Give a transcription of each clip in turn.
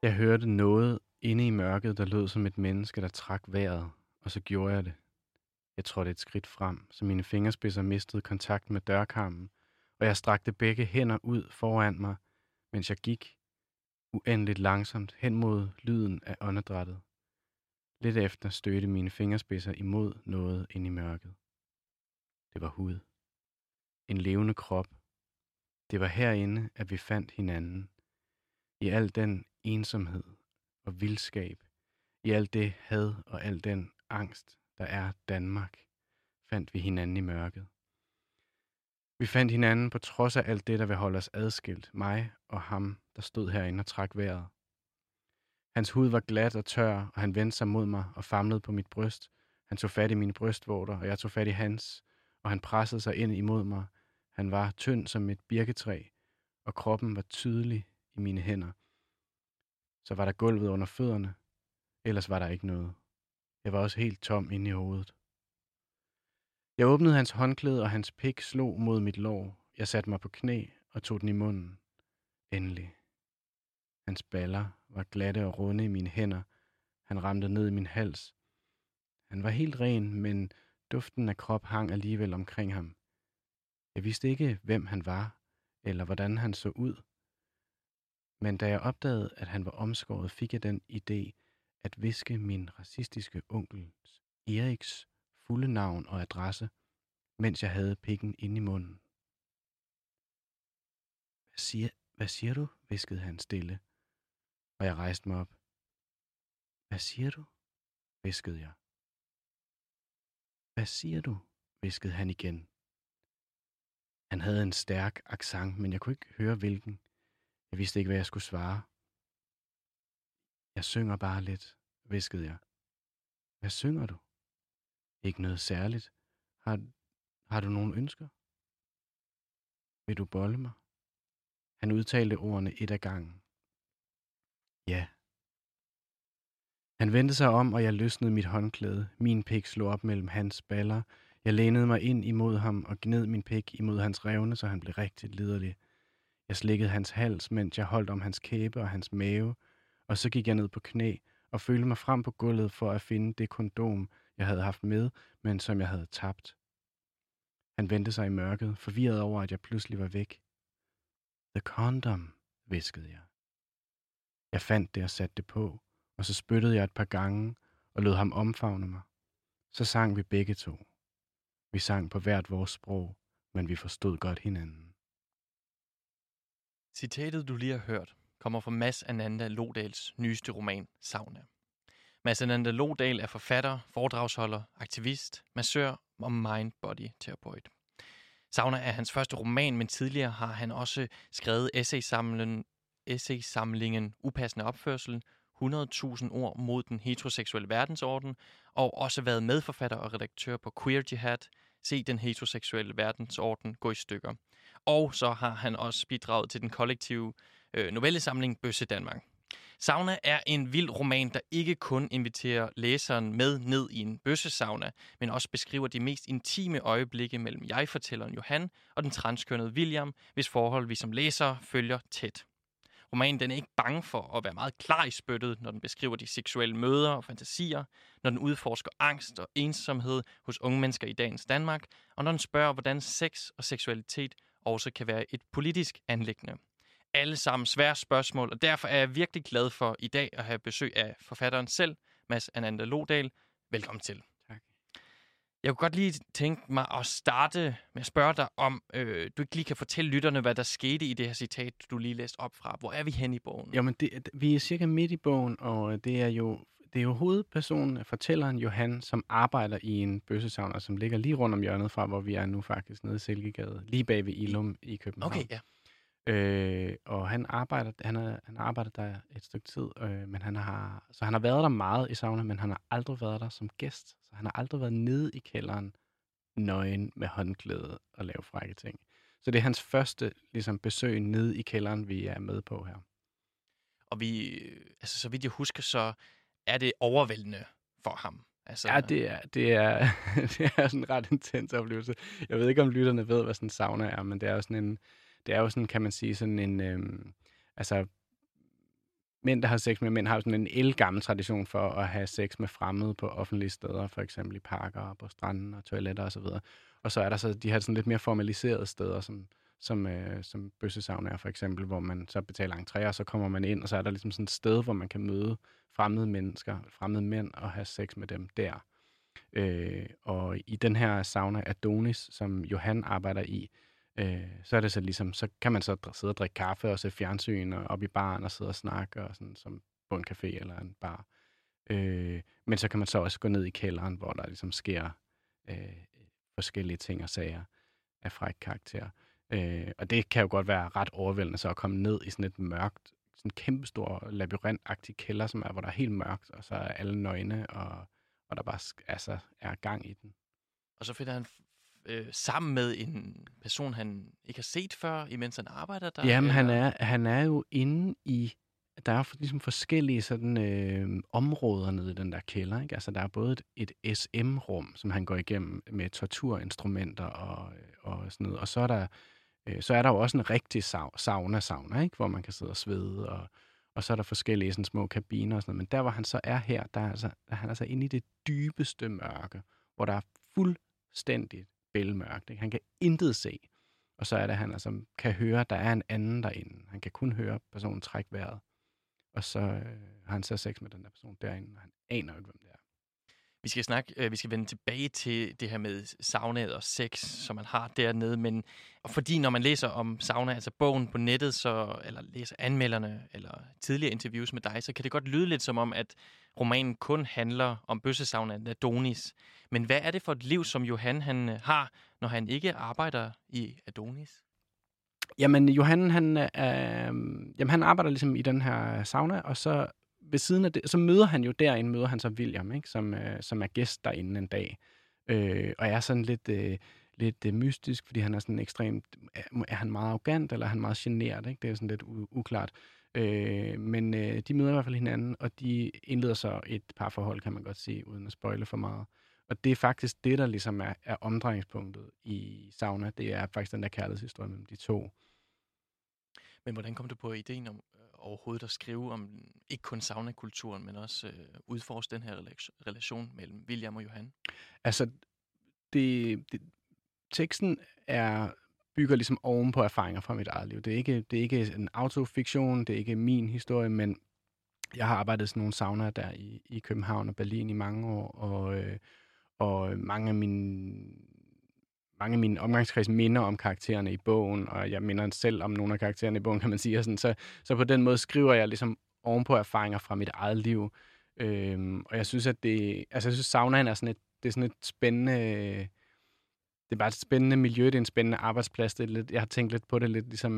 Jeg hørte noget inde i mørket, der lød som et menneske, der trak vejret, og så gjorde jeg det. Jeg trådte et skridt frem, så mine fingerspidser mistede kontakt med dørkarmen, og jeg strakte begge hænder ud foran mig, mens jeg gik uendeligt langsomt hen mod lyden af åndedrættet. Lidt efter stødte mine fingerspidser imod noget inde i mørket. Det var hud. En levende krop. Det var herinde, at vi fandt hinanden. I al den ensomhed og vildskab, i alt det had og al den angst, der er Danmark, fandt vi hinanden i mørket. Vi fandt hinanden på trods af alt det, der vil holde os adskilt, mig og ham, der stod herinde og trak vejret. Hans hud var glat og tør, og han vendte sig mod mig og famlede på mit bryst. Han tog fat i mine brystvorter, og jeg tog fat i hans, og han pressede sig ind imod mig. Han var tynd som et birketræ, og kroppen var tydelig i mine hænder. Så var der gulvet under fødderne, ellers var der ikke noget. Jeg var også helt tom inde i hovedet. Jeg åbnede hans håndklæde, og hans pik slog mod mit lår. Jeg satte mig på knæ og tog den i munden. Endelig. Hans baller var glatte og runde i mine hænder. Han ramte ned i min hals. Han var helt ren, men duften af krop hang alligevel omkring ham. Jeg vidste ikke, hvem han var, eller hvordan han så ud. Men da jeg opdagede, at han var omskåret, fik jeg den idé at hviske min racistiske onkel Eriks fulde navn og adresse, mens jeg havde pikken inde i munden. Hvad siger du? Hviskede han stille, og jeg rejste mig op. Hvad siger du? Hviskede jeg. Hvad siger du? Hviskede han igen. Han havde en stærk accent, men jeg kunne ikke høre hvilken. Jeg vidste ikke, hvad jeg skulle svare. Jeg synger bare lidt, hviskede jeg. Hvad synger du? Ikke noget særligt. Har du nogen ønsker? Vil du bolle mig? Han udtalte ordene et ad gangen. Ja. Han vendte sig om, og jeg løsnede mit håndklæde. Min pik slog op mellem hans baller. Jeg lænede mig ind imod ham og gned min pik imod hans revne, så han blev rigtig liderlig. Jeg slikkede hans hals, mens jeg holdt om hans kæbe og hans mave, og så gik jeg ned på knæ og følte mig frem på gulvet for at finde det kondom, jeg havde haft med, men som jeg havde tabt. Han vendte sig i mørket, forvirret over, at jeg pludselig var væk. The condom, hviskede jeg. Jeg fandt det og satte det på, og så spyttede jeg et par gange og lod ham omfavne mig. Så sang vi begge to. Vi sang på hvert vores sprog, men vi forstod godt hinanden. Citatet, du lige har hørt, kommer fra Mads Ananda Lodals nyeste roman, Sauna. Mads Ananda Lodal er forfatter, foredragsholder, aktivist, massør og mind-body-terapeut. Sauna er hans første roman, men tidligere har han også skrevet essaysamlingen Upassende opførsel, 100.000 ord mod den heteroseksuelle verdensorden, og også været medforfatter og redaktør på Queer Jihad, Se den heteroseksuelle verdensorden gå i stykker. Og så har han også bidraget til den kollektive novellesamling Bøsse Danmark. Sauna er en vild roman, der ikke kun inviterer læseren med ned i en bøssesauna, men også beskriver de mest intime øjeblikke mellem jeg-fortælleren Johan og den transkønnede William, hvis forhold vi som læsere følger tæt. Romanen den er ikke bange for at være meget klar i spyttet, når den beskriver de seksuelle møder og fantasier, når den udforsker angst og ensomhed hos unge mennesker i dagens Danmark, og når den spørger, hvordan sex og seksualitet også kan være et politisk anliggende. Alle sammen svære spørgsmål, og derfor er jeg virkelig glad for i dag at have besøg af forfatteren selv, Mads Ananda Lodal. Velkommen til. Tak. Jeg kunne godt lige tænke mig at starte med at spørge dig om, du ikke lige kan fortælle lytterne, hvad der skete i det her citat, du lige læste op fra. Hvor er vi hen i bogen? Jamen, vi er cirka midt i bogen, og det er jo hovedpersonen, fortælleren Johan, som arbejder i en bøssesauna, som ligger lige rundt om hjørnet fra, hvor vi er nu faktisk, nede i Silkegade, lige bag ved Ilum i København. Okay, ja. Og han arbejder der et stykke tid, men han har været der meget i sauna, men han har aldrig været der som gæst. Så han har aldrig været nede i kælderen, nøgen med håndklæde og lave frække ting. Så det er hans første ligesom, besøg nede i kælderen, vi er med på her. Og så vidt jeg husker, så er det overvældende for ham. Altså, Ja, det er det er sådan en ret intens oplevelse. Jeg ved ikke, om lytterne ved, hvad sådan en sauna er, men det er jo sådan, kan man sige, sådan en, altså, mænd, der har sex med mænd, har jo sådan en ældgammel tradition for at have sex med fremmede på offentlige steder, for eksempel i parker, på stranden og toiletter osv. Og så er der så de her sådan lidt mere formaliserede steder, som bøssesauna er for eksempel, hvor man så betaler entré, og så kommer man ind, og så er der ligesom sådan et sted, hvor man kan møde fremmede mennesker, fremmede mænd, og have sex med dem der. Og i den her sauna Adonis, som Johan arbejder i, så er det så ligesom, så kan man så sidde og drikke kaffe og se fjernsyn og op i baren og sidde og snakke, og sådan, som på en café eller en bar. Men så kan man så også gå ned i kælderen, hvor der ligesom sker forskellige ting og sager af fræk karakter. Og det kan jo godt være ret overvældende så at komme ned i sådan et mørkt, sådan en kæmpestor labyrintagtig kælder, hvor der er helt mørkt, og så er alle nøgne, og der bare er gang i den. Og så finder han sammen med en person, han ikke har set før, imens han arbejder der? Jamen, han er jo inde i... Der er ligesom forskellige sådan, områder nede i den der kælder. Ikke? Altså, der er både et SM-rum, som han går igennem med torturinstrumenter og sådan noget. Og så er der jo også en rigtig sauna, ikke? Hvor man kan sidde og svede, og så er der forskellige sådan, små kabiner og sådan noget. Men der, hvor han så er her, der er han altså inde i det dybeste mørke, hvor der er fuldstændigt bælmørkt. Ikke? Han kan intet se. Og så er det, han altså kan høre, at der er en anden derinde. Han kan kun høre personen trække vejret. Og så har han så sex med den der person derinde, og han aner jo ikke, hvem det er. Vi skal vende tilbage til det her med saunaet og sex, som man har dernede. Men fordi når man læser om sauna, altså bogen på nettet, eller læser anmelderne, eller tidligere interviews med dig, så kan det godt lyde lidt som om, at romanen kun handler om bøssesaunaen Adonis. Men hvad er det for et liv, som Johan han har, når han ikke arbejder i Adonis? Jamen, Johan, han arbejder ligesom i den her sauna, og så ved siden af det, så møder han så William, ikke? Som er gæst derinde en dag. Og er sådan lidt mystisk, fordi han er sådan ekstremt... Er han meget arrogant, eller er han meget genert, ikke? Det er sådan lidt uklart. Men de møder i hvert fald hinanden, og de indleder så et parforhold, kan man godt sige, uden at spoile for meget. Og det er faktisk det, der ligesom er omdrejningspunktet i sauna. Det er faktisk den der kærlighedshistorie mellem de to. Men hvordan kom du på ideen om overhovedet at skrive om ikke kun saunakulturen, men også udforske den her relation mellem William og Johan? Altså, teksten bygger ligesom oven på erfaringer fra mit eget liv. Det er ikke en autofiktion, det er ikke min historie, men jeg har arbejdet i sådan nogle saunaer der i København og Berlin i mange år, og mange af mine omgangskreds minder om karaktererne i bogen, og jeg minder selv om nogle af karaktererne i bogen, kan man sige. Og sådan. Så på den måde skriver jeg ligesom ovenpå erfaringer fra mit eget liv. Og jeg synes, jeg synes, saunaen er sådan et spændende... Det er bare et spændende miljø, det er en spændende arbejdsplads. Jeg har tænkt lidt på det, lidt ligesom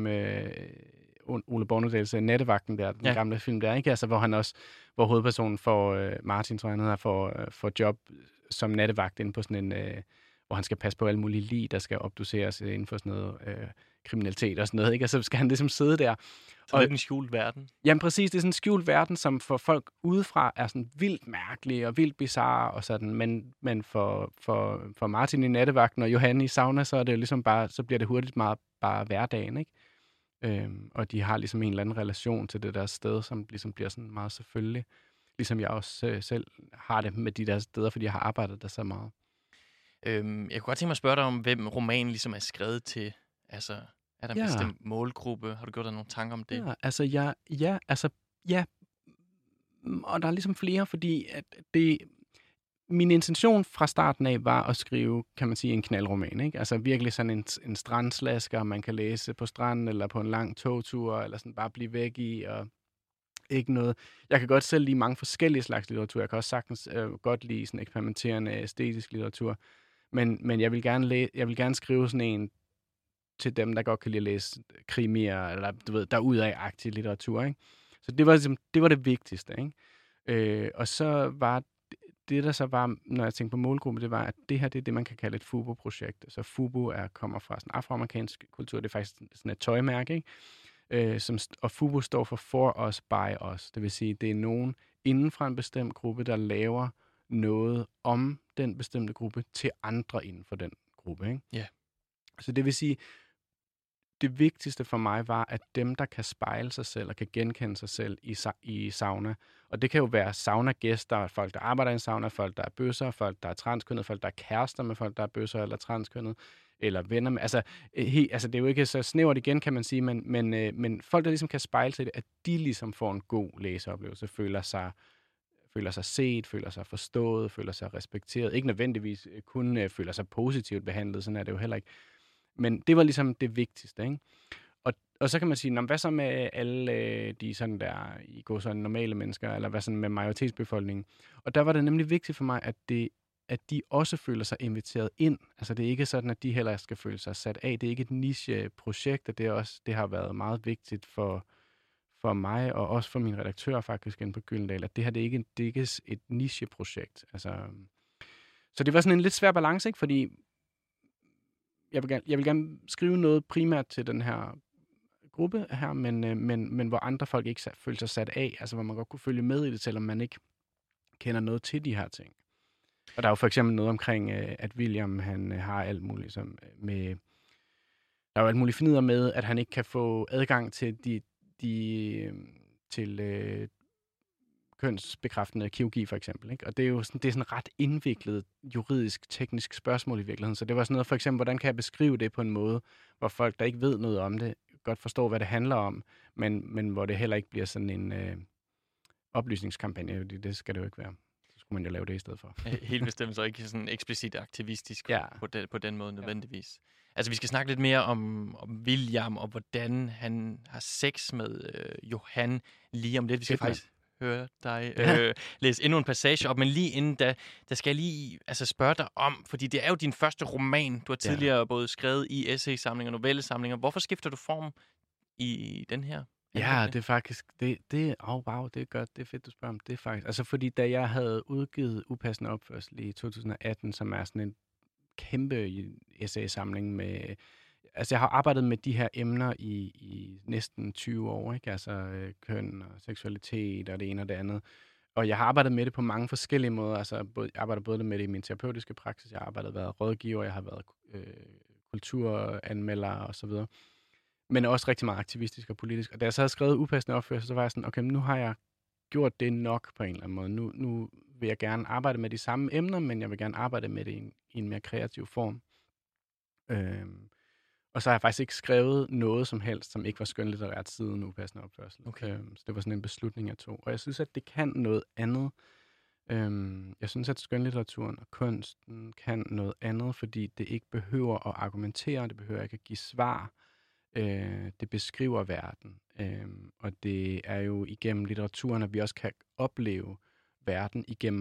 Ole Bornedals Nattevagten der, den gamle film der, ikke? Altså, hvor hovedpersonen Martin, tror jeg, han hedder, får job som nattevagt inde på sådan en... hvor han skal passe på alle mulige lig, der skal obduceres inden for sådan noget kriminalitet og sådan noget, ikke? Og så skal han ligesom sidde der. Så det er en skjult verden? Jamen præcis, det er sådan en skjult verden, som for folk udefra er sådan vildt mærkelig og vildt bizarre og sådan, men for Martin i nattevagten og Johan i sauna, så er det jo ligesom bare, så bliver det hurtigt meget bare hverdagen, ikke? Og de har ligesom en eller anden relation til det der sted, som ligesom bliver sådan meget selvfølgelig, ligesom jeg også selv har det med de der steder, fordi jeg har arbejdet der så meget. Jeg kunne godt tænke mig at spørge dig om, hvem romanen ligesom er skrevet til. Altså, er der en bestemt målgruppe? Har du gjort dig nogle tanker om det? Ja. Og der er ligesom flere, fordi at min intention fra starten af var at skrive, kan man sige, en knaldroman, ikke? Altså virkelig sådan en strandslasker, man kan læse på stranden, eller på en lang togtur, eller sådan bare blive væk i, og ikke noget. Jeg kan godt selv lide mange forskellige slags litteratur. Jeg kan også sagtens godt lide sådan eksperimenterende æstetisk litteratur. Men jeg vil gerne skrive sådan en til dem, der godt kan lide at læse krimier, eller du ved, derudaf-agtig litteratur, ikke? Så det var det vigtigste, ikke? Og så var det, der så var, når jeg tænkte på målgruppe, det var, at det her, det er det, man kan kalde et FUBO-projekt. Så FUBO kommer fra sådan afroamerikansk kultur. Det er faktisk sådan et tøjmærke, ikke? Og FUBO står for Us, By Us. Det vil sige, det er nogen inden for en bestemt gruppe, der laver noget om den bestemte gruppe til andre inden for den gruppe, ikke? Ja. Så det vil sige, det vigtigste for mig var, at dem, der kan spejle sig selv og kan genkende sig selv i sauna, og det kan jo være sauna-gæster, folk, der arbejder i en sauna, folk, der er bøsser, folk, der er transkønnet, folk, der er kærester med folk, der er bøsser eller transkønnet, eller venner med. Altså, det er jo ikke så snævert igen, kan man sige, men folk, der ligesom kan spejle sig i det, at de ligesom får en god læseoplevelse, føler sig set, føler sig forstået, føler sig respekteret. Ikke nødvendigvis kun føler sig positivt behandlet, sådan er det jo heller ikke. Men det var ligesom det vigtigste, ikke? Og så kan man sige, hvad så med alle de sådan der, i går sådan normale mennesker, eller hvad sådan med majoritetsbefolkningen? Og der var det nemlig vigtigt for mig, at de også føler sig inviteret ind. Altså det er ikke sådan, at de heller skal føle sig sat af. Det er ikke et niche-projekt, og det har været meget vigtigt for mig, og også for min redaktør faktisk inde på Gyldendal, at det her det er ikke et niche-projekt. Altså, så det var sådan en lidt svær balance, ikke? Fordi jeg vil gerne skrive noget primært til den her gruppe her, men hvor andre folk ikke føler sig sat af, altså hvor man godt kunne følge med i det, selvom man ikke kender noget til de her ting. Og der er jo for eksempel noget omkring, at William, han har alt muligt, der er jo alt muligt fineder med, at han ikke kan få adgang til kønsbekræftende kirurgi for eksempel, ikke? Og det er jo sådan ret indviklet juridisk, teknisk spørgsmål i virkeligheden. Så det var sådan noget, for eksempel, hvordan kan jeg beskrive det på en måde, hvor folk, der ikke ved noget om det, godt forstår, hvad det handler om, men hvor det heller ikke bliver sådan en oplysningskampagne. Det skal det jo ikke være. Så skulle man jo lave det i stedet for. Helt bestemt, så ikke sådan eksplicit aktivistisk Ja. på den måde nødvendigvis. Altså, vi skal snakke lidt mere om William, og hvordan han har sex med Johan lige om lidt. Vi skal faktisk høre dig læse endnu en passage op, men lige inden da skal jeg lige spørge dig om, fordi det er jo din første roman. Du har tidligere både skrevet i essaysamlinger og novellesamlinger. Hvorfor skifter du form i den her? Ja, det er faktisk, wow, det er godt, det er fedt, du spørger om. Det er faktisk, altså fordi da jeg havde udgivet Upassende Opførsel i 2018, som er sådan en kæmpe essaysamling med, altså jeg har arbejdet med de her emner i næsten 20 år, ikke? Altså køn og seksualitet og det ene og det andet. Og jeg har arbejdet med det på mange forskellige måder. Altså jeg arbejder både med det i min terapeutiske praksis, jeg har været rådgiver, jeg har været kulturanmelder og så videre. Men også rigtig meget aktivistisk og politisk. Og da jeg så havde skrevet Upassende Opførsel, så var jeg sådan, okay, nu har jeg gjort det nok på en eller anden måde. Nu vil jeg gerne arbejde med de samme emner, men jeg vil gerne arbejde med det i en mere kreativ form. Og så har jeg faktisk ikke skrevet noget som helst, som ikke var skønlitterært siden Upassende Opførsel. Okay. Så det var sådan en beslutning, jeg tog. Og jeg synes, at det kan noget andet. Jeg synes, at skønlitteraturen og kunsten kan noget andet, fordi det ikke behøver at argumentere, det behøver ikke at give svar. Det beskriver verden, og det er jo igennem litteraturen, at vi også kan opleve verden igennem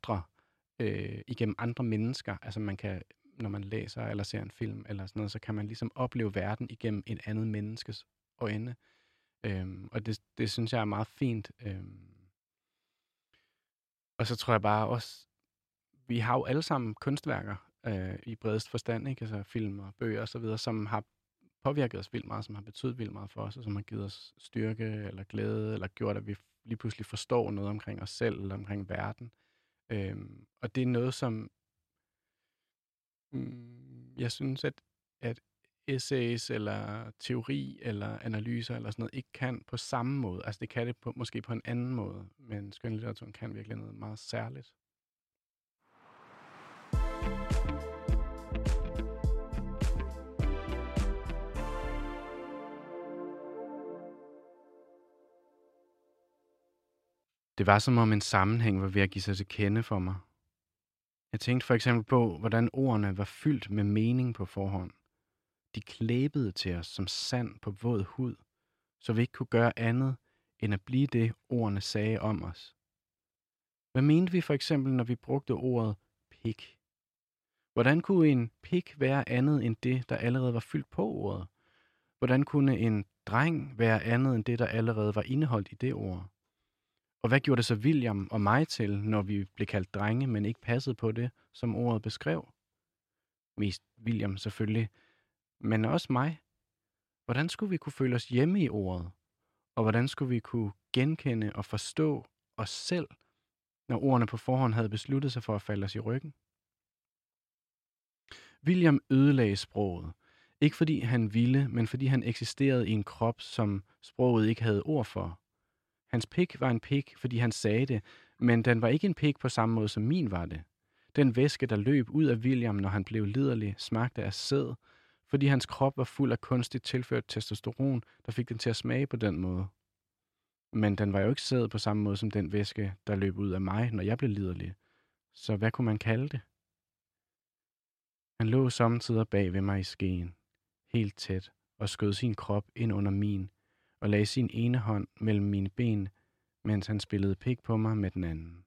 andre mennesker. Altså man kan, når man læser eller ser en film eller sådan noget, så kan man ligesom opleve verden igennem en andet menneskes øjne. Og det synes jeg er meget fint. Og så tror jeg bare også, vi har jo alle sammen kunstværker i bredest forstand, ikke? Altså film og bøger og så videre, som har påvirket os vildt meget, som har betydet vildt meget for os, og som har givet os styrke eller glæde, eller gjort, at vi lige pludselig forstår noget omkring os selv, eller omkring verden. Og det er noget, som jeg synes, at essays, eller teori, eller analyser, eller sådan noget, ikke kan på samme måde. Altså det kan det måske på en anden måde, men skønlitteraturen kan virkelig noget meget særligt. Det var som om en sammenhæng var ved at give sig til kende for mig. Jeg tænkte for eksempel på, hvordan ordene var fyldt med mening på forhånd. De klæbede til os som sand på våd hud, så vi ikke kunne gøre andet, end at blive det, ordene sagde om os. Hvad mente vi for eksempel, når vi brugte ordet pik? Hvordan kunne en pik være andet end det, der allerede var fyldt på ordet? Hvordan kunne en dreng være andet end det, der allerede var indeholdt i det ord? Og hvad gjorde det så William og mig til, når vi blev kaldt drenge, men ikke passede på det, som ordet beskrev? Mest William selvfølgelig, men også mig. Hvordan skulle vi kunne føle os hjemme i ordet? Og hvordan skulle vi kunne genkende og forstå os selv, når ordene på forhånd havde besluttet sig for at falde os i ryggen? William ødelagde sproget. Ikke fordi han ville, men fordi han eksisterede i en krop, som sproget ikke havde ord for. Hans pik var en pik, fordi han sagde det, men den var ikke en pik på samme måde som min var det. Den væske, der løb ud af William, når han blev liderlig, smagte af sæd, fordi hans krop var fuld af kunstigt tilført testosteron, der fik den til at smage på den måde. Men den var jo ikke sæd på samme måde som den væske, der løb ud af mig, når jeg blev liderlig. Så hvad kunne man kalde det? Han lå samtidig bag ved mig i skeen, helt tæt, og skød sin krop ind under min, og lagde sin ene hånd mellem mine ben, mens han spillede pik på mig med den anden.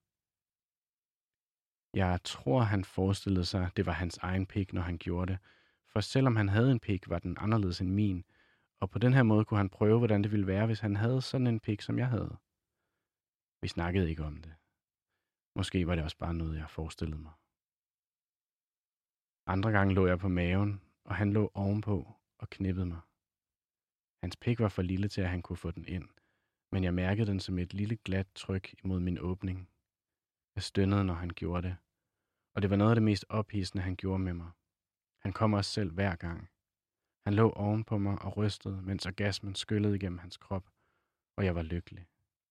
Jeg tror, han forestillede sig, det var hans egen pik, når han gjorde det, for selvom han havde en pik, var den anderledes end min, og på den her måde kunne han prøve, hvordan det ville være, hvis han havde sådan en pik, som jeg havde. Vi snakkede ikke om det. Måske var det også bare noget, jeg forestillede mig. Andre gange lå jeg på maven, og han lå ovenpå og knippede mig. Hans pik var for lille til, at han kunne få den ind, men jeg mærkede den som et lille glat tryk imod min åbning. Jeg stønnede, når han gjorde det, og det var noget af det mest ophidsende, han gjorde med mig. Han kom også selv hver gang. Han lå oven på mig og rystede, mens orgasmen skyllede igennem hans krop, og jeg var lykkelig.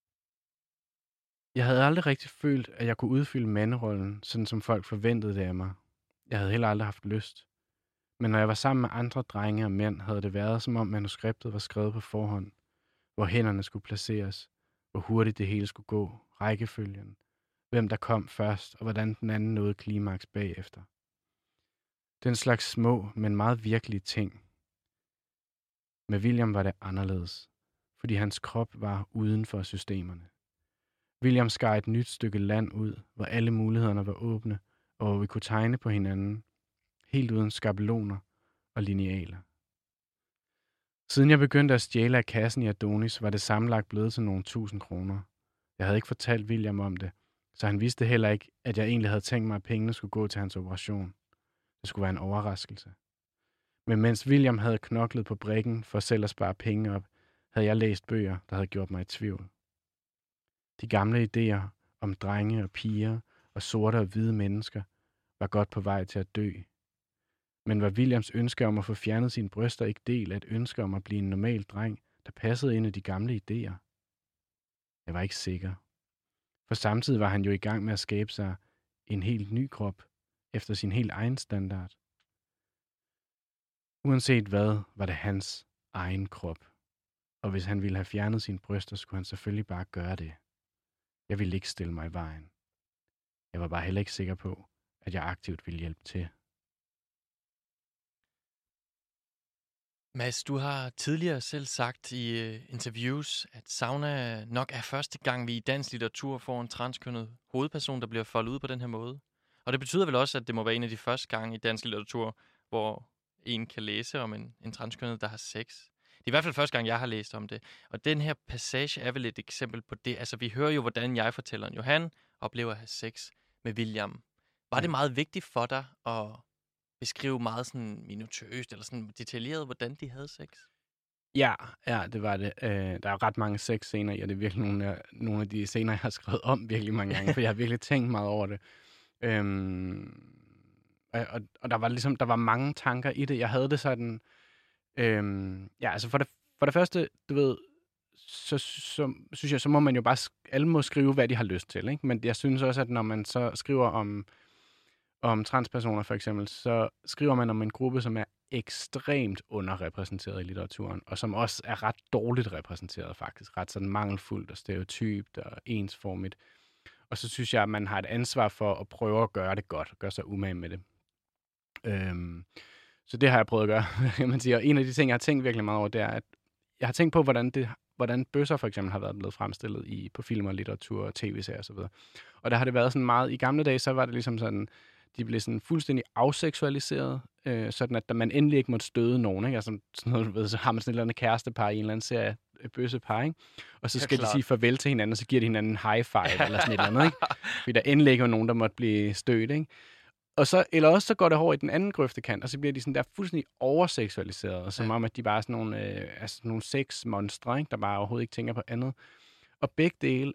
Jeg havde aldrig rigtig følt, at jeg kunne udfylde manderollen, sådan som folk forventede det af mig. Jeg havde heller aldrig haft lyst. Men når jeg var sammen med andre drenge og mænd, havde det været, som om manuskriptet var skrevet på forhånd. Hvor hænderne skulle placeres, hvor hurtigt det hele skulle gå, rækkefølgen, hvem der kom først, og hvordan den anden nåede klimaks bagefter. Den slags små, men meget virkelige ting. Med William var det anderledes, fordi hans krop var uden for systemerne. William skar et nyt stykke land ud, hvor alle mulighederne var åbne, og hvor vi kunne tegne på hinanden, helt uden skabeloner og linealer. Siden jeg begyndte at stjæle af kassen i Adonis, var det sammenlagt blevet til nogle 1000 kroner. Jeg havde ikke fortalt William om det, så han vidste heller ikke, at jeg egentlig havde tænkt mig, at pengene skulle gå til hans operation. Det skulle være en overraskelse. Men mens William havde knoklet på brikken for selv at spare penge op, havde jeg læst bøger, der havde gjort mig i tvivl. De gamle idéer om drenge og piger og sorte og hvide mennesker var godt på vej til at dø. Men var Williams ønske om at få fjernet sine bryster ikke del af et ønske om at blive en normal dreng, der passede ind i de gamle idéer? Jeg var ikke sikker. For samtidig var han jo i gang med at skabe sig en helt ny krop, efter sin helt egen standard. Uanset hvad, var det hans egen krop. Og hvis han ville have fjernet sine bryster, skulle han selvfølgelig bare gøre det. Jeg ville ikke stille mig i vejen. Jeg var bare heller ikke sikker på, at jeg aktivt ville hjælpe til. Mads, du har tidligere selv sagt i interviews, at sauna nok er første gang, vi i dansk litteratur får en transkønnet hovedperson, der bliver foldet ud på den her måde. Og det betyder vel også, at det må være en af de første gange i dansk litteratur, hvor en kan læse om en transkønnet, der har sex. Det er i hvert fald første gang, jeg har læst om det. Og den her passage er vel et eksempel på det. Altså, vi hører jo, hvordan jeg-fortælleren Johan oplever at have sex med William. Var det meget vigtigt for dig at beskrive meget sådan minutiøst eller sådan detaljeret, hvordan de havde sex? Ja, det var det. Der er ret mange sexscener i, og det er virkelig nogle af de scener, jeg har skrevet om virkelig mange gange, for jeg har virkelig tænkt meget over det. Og der var mange tanker i det. Jeg havde det sådan... altså for det første, du ved, så synes jeg, så må man jo bare... Alle må skrive, hvad de har lyst til, ikke? Men jeg synes også, at når man så skriver om transpersoner for eksempel, så skriver man om en gruppe, som er ekstremt underrepræsenteret i litteraturen, og som også er ret dårligt repræsenteret faktisk. Ret sådan mangelfuldt og stereotypt og ensformigt. Og så synes jeg, at man har et ansvar for at prøve at gøre det godt, og gøre sig umage med det. Så det har jeg prøvet at gøre, kan man sige. Og en af de ting, jeg har tænkt virkelig meget over, det er, at jeg har tænkt på, hvordan bøsser for eksempel har været blevet fremstillet på film og litteratur og tv-serier og så videre. Og der har det været sådan meget... I gamle dage, så var det ligesom sådan... De blev sådan fuldstændig afseksualiseret, sådan at man endelig ikke måtte støde nogen, ikke? Altså, sådan noget, du ved, så har man sådan et eller andet kærestepar i en eller anden serie bøssepar, ikke? Og så skal de sige farvel til hinanden, og så giver de hinanden en high five eller sådan et eller andet, ikke? Fordi der endelig ikke var nogen, der måtte blive stødt, ikke? Og så, eller også så går det over i den anden grøftekant, og så bliver de sådan der fuldstændig overseksualiseret, som om, at de bare er sådan nogle sexmonstre, ikke? Der bare overhovedet ikke tænker på andet. Og begge dele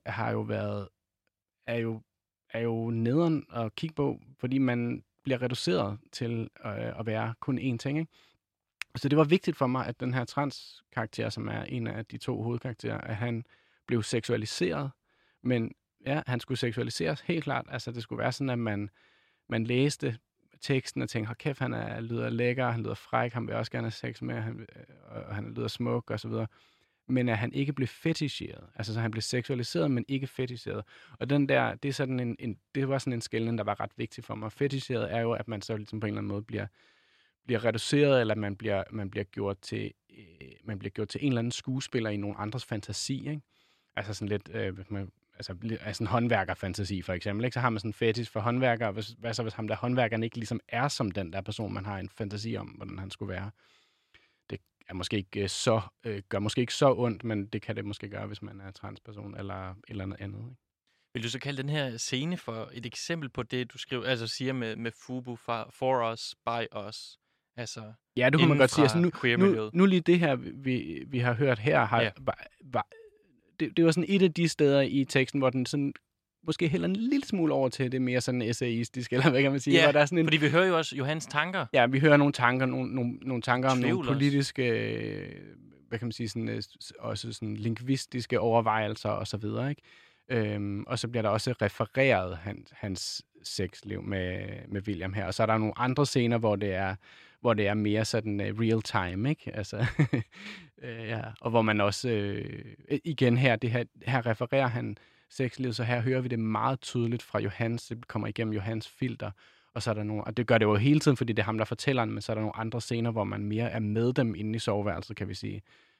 er jo nederen at kigge på, fordi man bliver reduceret til at være kun én ting, ikke? Så det var vigtigt for mig, at den her transkarakter, som er en af de 2 hovedkarakterer, at han blev seksualiseret. Men ja, han skulle seksualiseres helt klart. Altså, det skulle være sådan, at man læste teksten og tænkte, hold kæft, lyder lækker, han lyder fræk, han vil også gerne have sex med, og han lyder smuk og så videre. Men at han ikke blev fetisheret. Altså, så han blev seksualiseret, men ikke fetisheret. Og den der, det er sådan det var sådan en skelnen, der var ret vigtig for mig. Fetisheret er jo, at man så ligesom på en eller anden måde bliver reduceret, eller man bliver gjort til en eller anden skuespiller i nogle andres fantasi, ikke? Altså sådan lidt, altså en håndværkerfantasi for eksempel, ikke? Så har man sådan en fetish for håndværker, og hvad så hvis ham der håndværkeren ikke ligesom er som den der person, man har en fantasi om, hvordan han skulle være. Det er måske ikke gør måske ikke så ondt, men det kan det måske gøre, hvis man er transperson eller noget andet, ikke? Vil du så kalde den her scene for et eksempel på det, du skriver, altså siger med FUBU, for us, by us? Altså, ja, det kunne man godt sige. Altså, nu lige det her, vi har hørt her, det var sådan et af de steder i teksten, hvor den sådan måske hælder en lille smule over til det mere sådan essayistisk, eller hvad kan man sige? Ja, hvor der er sådan fordi vi hører jo også Johans tanker. Ja, vi hører nogle tanker om nogle politiske, hvad kan man sige, sådan, også sådan lingvistiske overvejelser og så videre, ikke? Og så bliver der også refereret hans sexliv med William her. Og så er der nogle andre scener, hvor det er mere sådan real time, ikke? Altså, ja. Og hvor man også, igen her refererer han sexlivet, så her hører vi det meget tydeligt fra Johans, det kommer igennem Johans filter. Og så er der nogle, og det gør det jo hele tiden, fordi det er ham, der fortæller den, men så er der nogle andre scener, hvor man mere er med dem inde i soveværelset, kan vi sige.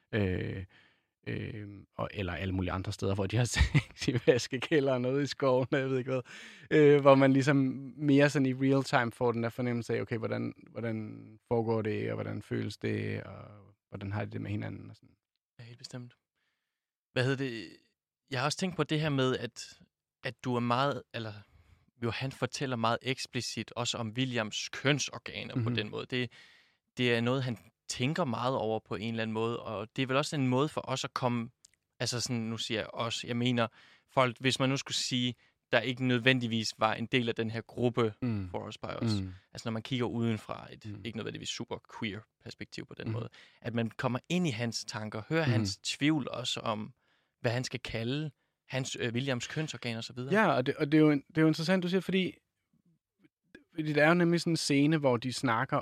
Eller alle mulige andre steder, hvor de har sex i vaskekælder og noget i skoven, jeg ved ikke hvad. Hvor man ligesom mere sådan i real time får den der fornemmelse af, okay, hvordan foregår det, og hvordan føles det, og hvordan har de det med hinanden. Og sådan. Ja, helt bestemt. Hvad hedder det? Jeg har også tænkt på det her med, at du er meget, eller Johan fortæller meget eksplicit også om Williams kønsorganer på den måde. Det er noget, han tænker meget over på en eller anden måde, og det er vel også en måde for os at komme, altså sådan, nu siger jeg os, jeg mener folk, hvis man nu skulle sige, der ikke nødvendigvis var en del af den her gruppe for os by os. Altså når man kigger udenfra et ikke nødvendigvis super queer perspektiv på den måde, at man kommer ind i hans tanker, hører hans tvivl også om, hvad han skal kalde hans Williams kønsorgan og så videre. Ja, og det er jo interessant, du siger, fordi der er jo nemlig sådan en scene, hvor de snakker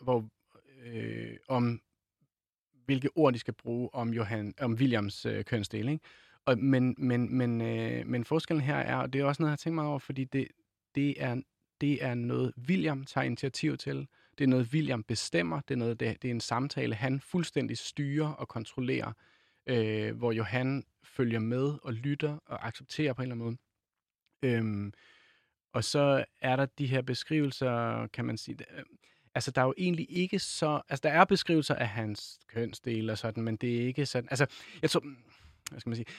om hvilke ord de skal bruge om Williams kønsdel, ikke? Men forskellen her er, og det er også noget, jeg har tænkt mig over, fordi det er noget, William tager initiativ til. Det er noget, William bestemmer. Det er en samtale, han fuldstændig styrer og kontrollerer, hvor Johan følger med og lytter og accepterer på en eller anden måde. Og så er der de her beskrivelser, kan man sige. Altså, der er jo egentlig ikke så... Altså, der er beskrivelser af hans kønsdel og sådan, men det er ikke sådan... Altså, jeg tror... Hvad skal man sige?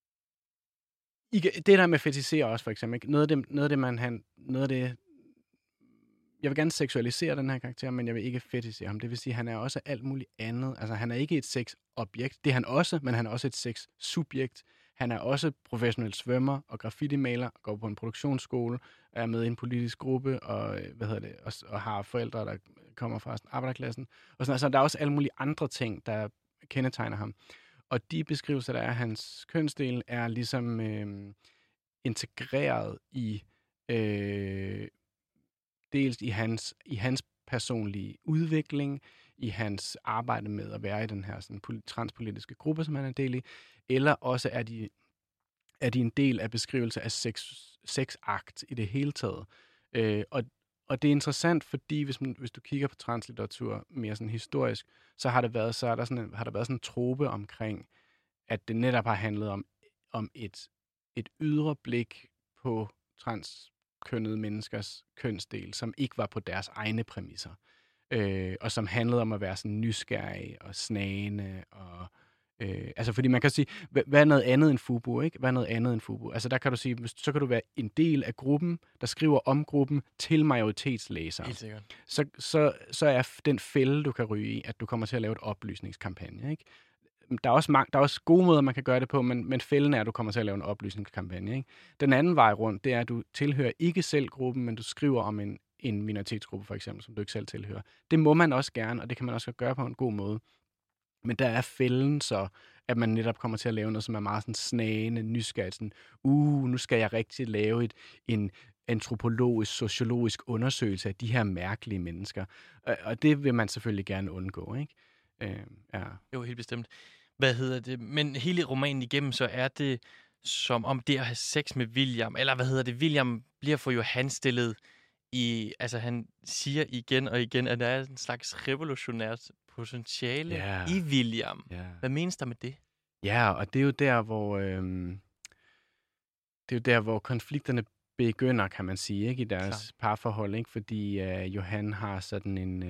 Det der med fetisere også, for eksempel. Ikke? Noget af det... Jeg vil gerne seksualisere den her karakter, men jeg vil ikke fetisere ham. Det vil sige, at han er også alt muligt andet. Altså, han er ikke et sexobjekt. Det er han også, men han er også et sexsubjekt. Han er også professionel svømmer og graffiti-maler, går på en produktionsskole, er med i en politisk gruppe, og, og har forældre, der kommer fra arbejderklassen. Og sådan, altså, der er også alle mulige andre ting, der kendetegner ham. Og de beskrivelser, der er hans kønsdel, er ligesom integreret i dels i hans personlige udvikling, i hans arbejde med at være i den her sådan, transpolitiske gruppe, som han er del i, eller også er de en del af beskrivelse af sexakt i det hele taget. Og det er interessant, fordi hvis du kigger på translitteratur mere sådan historisk, så har der været sådan en trope omkring, at det netop har handlet om et ydre blik på transkønnede menneskers kønsdel, som ikke var på deres egne præmisser. Og som handlede om at være sådan nysgerrig og snagende og altså fordi man kan sige, hvad er noget andet end FUBU, ikke? Hvad er noget andet end FUBU? Altså der kan du sige, så kan du være en del af gruppen, der skriver om gruppen til majoritetslæsere. Helt sikkert. Så er den fælde, du kan ryge i, at du kommer til at lave et oplysningskampagne, ikke? Der er også gode måder, man kan gøre det på, men fælden er, at du kommer til at lave en oplysningskampagne, ikke? Den anden vej rundt, det er, at du tilhører ikke selv gruppen, men du skriver om en minoritetsgruppe, for eksempel, som du ikke selv tilhører. Det må man også gerne, og det kan man også gøre på en god måde. Men der er fælden så, at man netop kommer til at lave noget, som er meget sådan snagende, nysgerrigt. Sådan, nu skal jeg rigtig lave en antropologisk, sociologisk undersøgelse af de her mærkelige mennesker. Og det vil man selvfølgelig gerne undgå, ikke? Ja. Jo, helt bestemt. Hvad hedder det? Men hele romanen igennem, så er det som om det at have sex med William, eller hvad hedder det? William bliver for Johan stillet i, altså han siger igen og igen, at der er en slags revolutionært potentiale i William. Hvad menes der med det? Ja, og det er jo der, hvor konflikterne begynder, kan man sige, ikke, i deres parforhold, ikke, fordi Johan har sådan en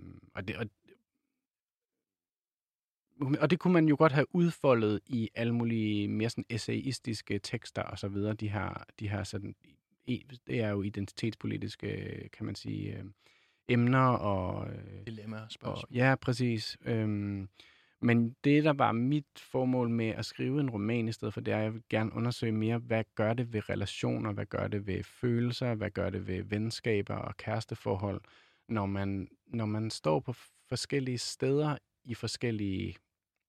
og det kunne man jo godt have udfoldet i alle mulige mere sådan essayistiske tekster og så videre. De her sådan, det er jo identitetspolitiske, kan man sige, emner og dilemmaer, spørgsmål. Ja, præcis. Men det, der var mit formål med at skrive en roman i stedet for, det er, at jeg vil gerne undersøge mere, hvad gør det ved relationer, hvad gør det ved følelser, hvad gør det ved venskaber og kæresteforhold, når man står på forskellige steder i forskellige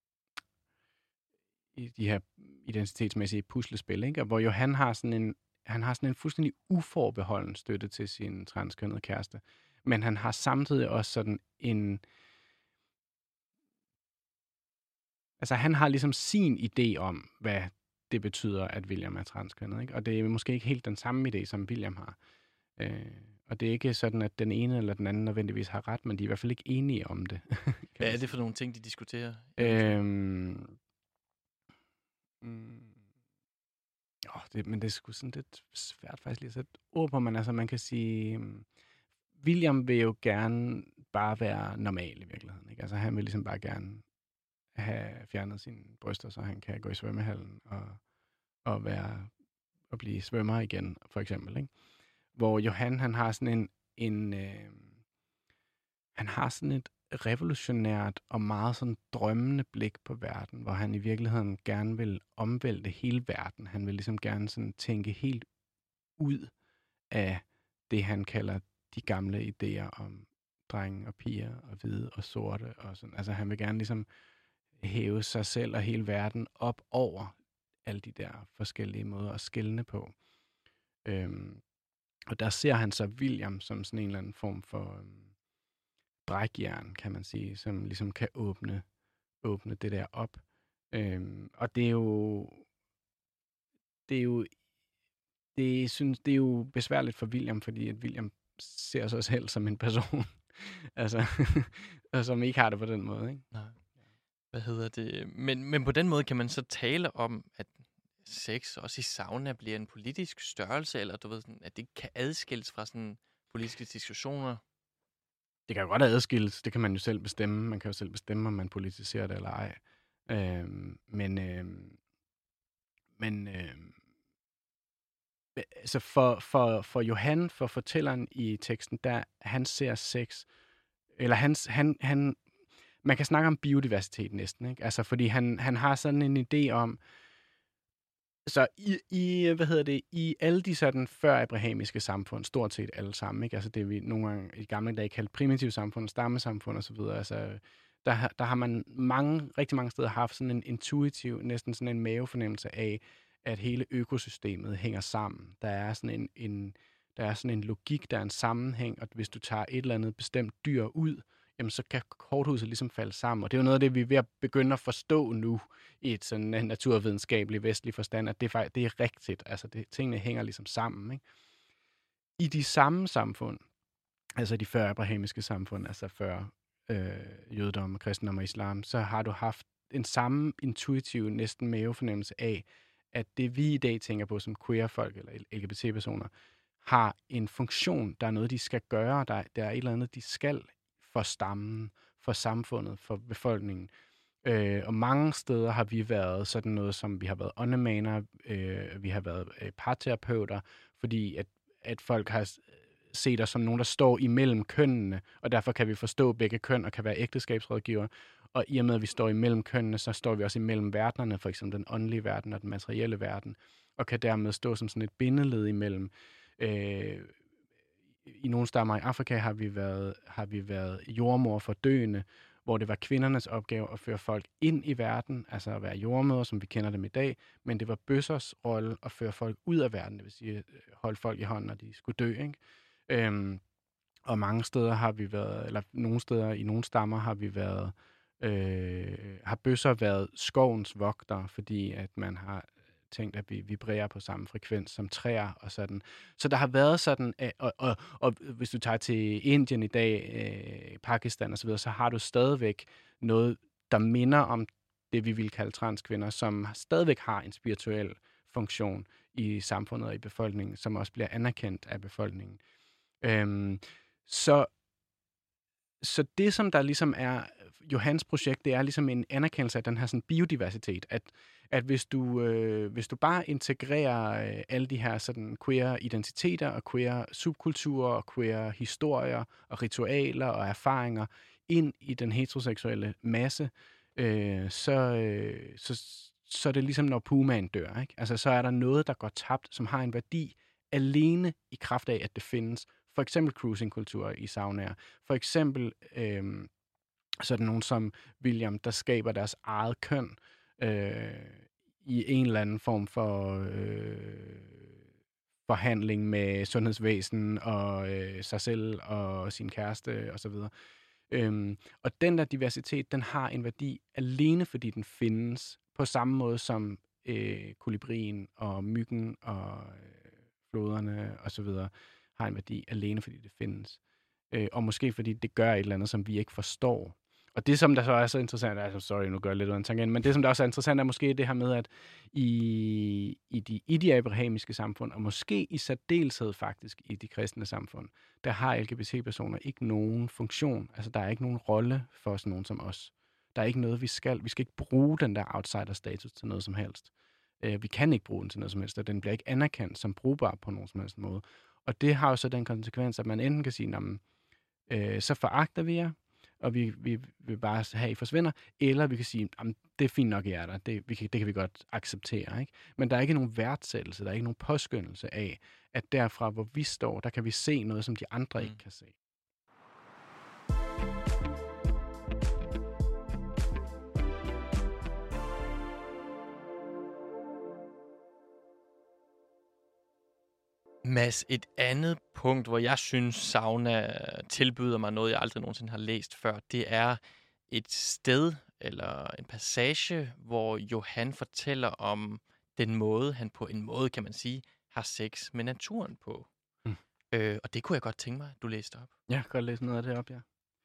i de her identitetsmæssige puslespil, ikke? Og hvor Johan har sådan en fuldstændig uforbeholden støtte til sin transkønnede kæreste, men han har samtidig også sådan en... Altså, han har ligesom sin idé om, hvad det betyder, at William er transkønnet, ikke? Og det er måske ikke helt den samme idé, som William har. Og det er ikke sådan, at den ene eller den anden nødvendigvis har ret, men de er i hvert fald ikke enige om det. Hvad er det for nogle ting, de diskuterer? Men det er sgu sådan lidt svært faktisk lige at sætte ord på, men altså man kan sige, William vil jo gerne bare være normal i virkeligheden, ikke? Altså han vil ligesom bare gerne have fjernet sine bryster, så han kan gå i svømmehallen og blive svømmer igen, for eksempel, ikke? Hvor Johan, han har sådan han har sådan et revolutionært og meget sådan drømmende blik på verden, hvor han i virkeligheden gerne vil omvælte hele verden. Han vil ligesom gerne sådan tænke helt ud af det, han kalder de gamle idéer om drenge og piger og hvide og sorte og sådan. Altså han vil gerne ligesom hæve sig selv og hele verden op over alle de der forskellige måder at skelne på. Og der ser han så William som sådan en eller anden form for brækjern, kan man sige, som ligesom kan åbne det der op. Og det er jo besværligt for William, fordi at William ser sig selv som en person, altså, og som ikke har det på den måde, ikke? Nej. Hvad hedder det? Men på den måde kan man så tale om, at sex også i sauna bliver en politisk størrelse, eller du ved, sådan, at det kan adskilles fra sådan politiske diskussioner. Det kan jo godt adskilles. Det kan man jo selv bestemme. Man kan jo selv bestemme, om man politiserer det eller ej. Altså for Johan, for fortælleren i teksten, der han ser sex, eller han man kan snakke om biodiversitet næsten, ikke? Altså fordi han har sådan en idé om, så i alle de sådan før-abrahamiske samfund, stort set alle sammen, ikke? Altså det vi nogle gange i gamle dage kaldte primitive samfund, stammesamfund og så videre, altså der har man rigtig mange steder haft sådan en intuitiv, næsten sådan en mavefornemmelse af, at hele økosystemet hænger sammen. Der er sådan en logik, der er en sammenhæng, og hvis du tager et eller andet bestemt dyr ud, jamen så kan korthuset ligesom falde sammen. Og det er jo noget af det, vi er ved at begynde at forstå nu i et sådan naturvidenskabeligt vestlig forstand, at det er rigtigt. Altså tingene hænger ligesom sammen, ikke? I de samme samfund, altså de før abrahamiske samfund, altså før jødedom, kristendom og islam, så har du haft en samme intuitiv, næsten mavefornemmelse af, at det vi i dag tænker på som queer-folk eller LGBT-personer, har en funktion, der er noget, de skal gøre, der er et eller andet, de skal for stammen, for samfundet, for befolkningen. Og mange steder har vi været sådan noget, som vi har været åndemaner, vi har været parterapeuter, fordi at folk har set os som nogen, der står imellem kønnene, og derfor kan vi forstå begge køn og kan være ægteskabsrådgiver. Og i og med, at vi står imellem kønnene, så står vi også imellem verdenerne, for eksempel den åndelige verden og den materielle verden, og kan dermed stå som sådan et bindeled imellem i nogle stammer i Afrika har vi været jordmor for døende, hvor det var kvindernes opgave at føre folk ind i verden, altså at være jordmødre, som vi kender dem i dag, men det var bøssers rolle at føre folk ud af verden, det vil sige holde folk i hånden, når de skulle dø, ikke? Og mange steder har vi været, eller nogle steder i nogle stammer har vi været, har bøsser været skovens vogtere, fordi at man har tænkt, at vi vibrerer på samme frekvens som træer og sådan. Så der har været sådan, og hvis du tager til Indien i dag, Pakistan og så videre, så har du stadigvæk noget, der minder om det, vi vil kalde transkvinder, som stadigvæk har en spirituel funktion i samfundet og i befolkningen, som også bliver anerkendt af befolkningen. Så det, som der ligesom er Johans projekt, det er ligesom en anerkendelse af den her sådan biodiversitet, at hvis du bare integrerer alle de her sådan queer identiteter og queer subkulturer og queer historier og ritualer og erfaringer ind i den heteroseksuelle masse, så er det ligesom, når pumaen dør, ikke? Altså, så er der noget, der går tabt, som har en værdi alene i kraft af, at det findes. For eksempel cruising-kultur i saunaer. For eksempel så er der nogen som William, der skaber deres eget køn i en eller anden form for forhandling med sundhedsvæsen og sig selv og sin kæreste osv. Og den der diversitet, den har en værdi alene, fordi den findes på samme måde som kolibrien og myggen og floderne osv. har en værdi alene, fordi det findes. Og måske fordi det gør et eller andet, som vi ikke forstår. Og det, som der så er så interessant, altså sorry, nu gør jeg lidt ud af en tangent, men det, som der også er interessant, er måske det her med, at i de abrahamiske samfund, og måske i særdeleshed faktisk i de kristne samfund, der har LGBT-personer ikke nogen funktion. Altså, der er ikke nogen rolle for sådan nogen som os. Der er ikke noget, vi skal ikke bruge den der outsider-status til noget som helst. Vi kan ikke bruge den til noget som helst, og den bliver ikke anerkendt som brugbar på nogen som helst måde. Og det har jo så den konsekvens, at man enten kan sige, så foragter vi jer, og vi vil bare have, I forsvinder, eller vi kan sige, det er fint nok, I er der, det kan vi godt acceptere, ikke? Men der er ikke nogen værdsættelse, der er ikke nogen påskyndelse af, at derfra, hvor vi står, der kan vi se noget, som de andre ikke kan se. Mads, et andet punkt, hvor jeg synes, sauna tilbyder mig noget, jeg aldrig nogensinde har læst før, det er et sted eller en passage, hvor Johan fortæller om den måde, han på en måde, kan man sige, har sex med naturen på. Og det kunne jeg godt tænke mig, at du læste op. Jeg kan godt læse noget af det op, ja.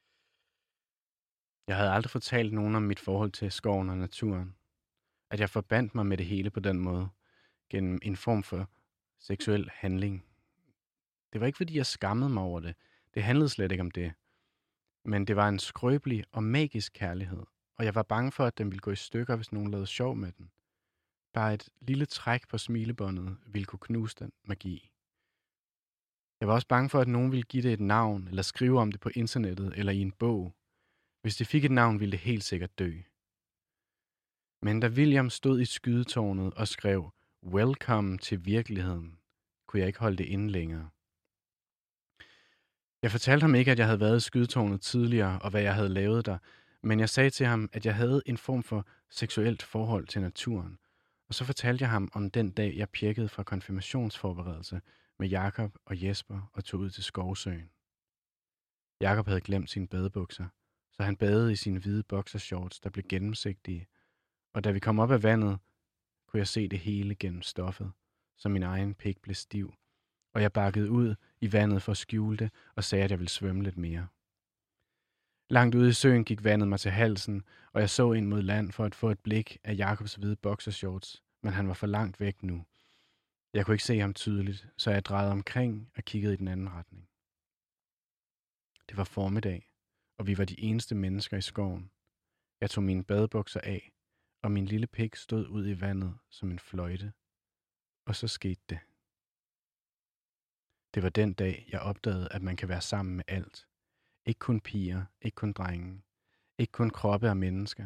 Jeg havde aldrig fortalt nogen om mit forhold til skoven og naturen. At jeg forbandt mig med det hele på den måde, gennem en form for seksuel handling. Det var ikke, fordi jeg skammede mig over det. Det handlede slet ikke om det. Men det var en skrøbelig og magisk kærlighed, og jeg var bange for, at den ville gå i stykker, hvis nogen lavede sjov med den. Bare et lille træk på smilebåndet ville kunne knuse den magi. Jeg var også bange for, at nogen ville give det et navn, eller skrive om det på internettet eller i en bog. Hvis det fik et navn, ville det helt sikkert dø. Men da William stod i skydetårnet og skrev, "Welcome til virkeligheden", kunne jeg ikke holde det inde længere. Jeg fortalte ham ikke, at jeg havde været i skydetårnet tidligere, og hvad jeg havde lavet der, men jeg sagde til ham, at jeg havde en form for seksuelt forhold til naturen. Og så fortalte jeg ham om den dag, jeg pjekkede fra konfirmationsforberedelse med Jakob og Jesper og tog ud til Skovsøen. Jakob havde glemt sine badebukser, så han badede i sine hvide boxershorts, der blev gennemsigtige. Og da vi kom op af vandet, kunne jeg se det hele gennem stoffet, så min egen pik blev stiv. Og jeg bakkede ud i vandet for at skjule det og sagde, at jeg ville svømme lidt mere. Langt ude i søen gik vandet mig til halsen, og jeg så ind mod land for at få et blik af Jakobs hvide boxershorts, men han var for langt væk nu. Jeg kunne ikke se ham tydeligt, så jeg drejede omkring og kiggede i den anden retning. Det var formiddag, og vi var de eneste mennesker i skoven. Jeg tog mine badebukser af, og min lille pik stod ud i vandet som en fløjte. Og så skete det. Det var den dag, jeg opdagede, at man kan være sammen med alt. Ikke kun piger, ikke kun drenge, ikke kun kroppe og mennesker.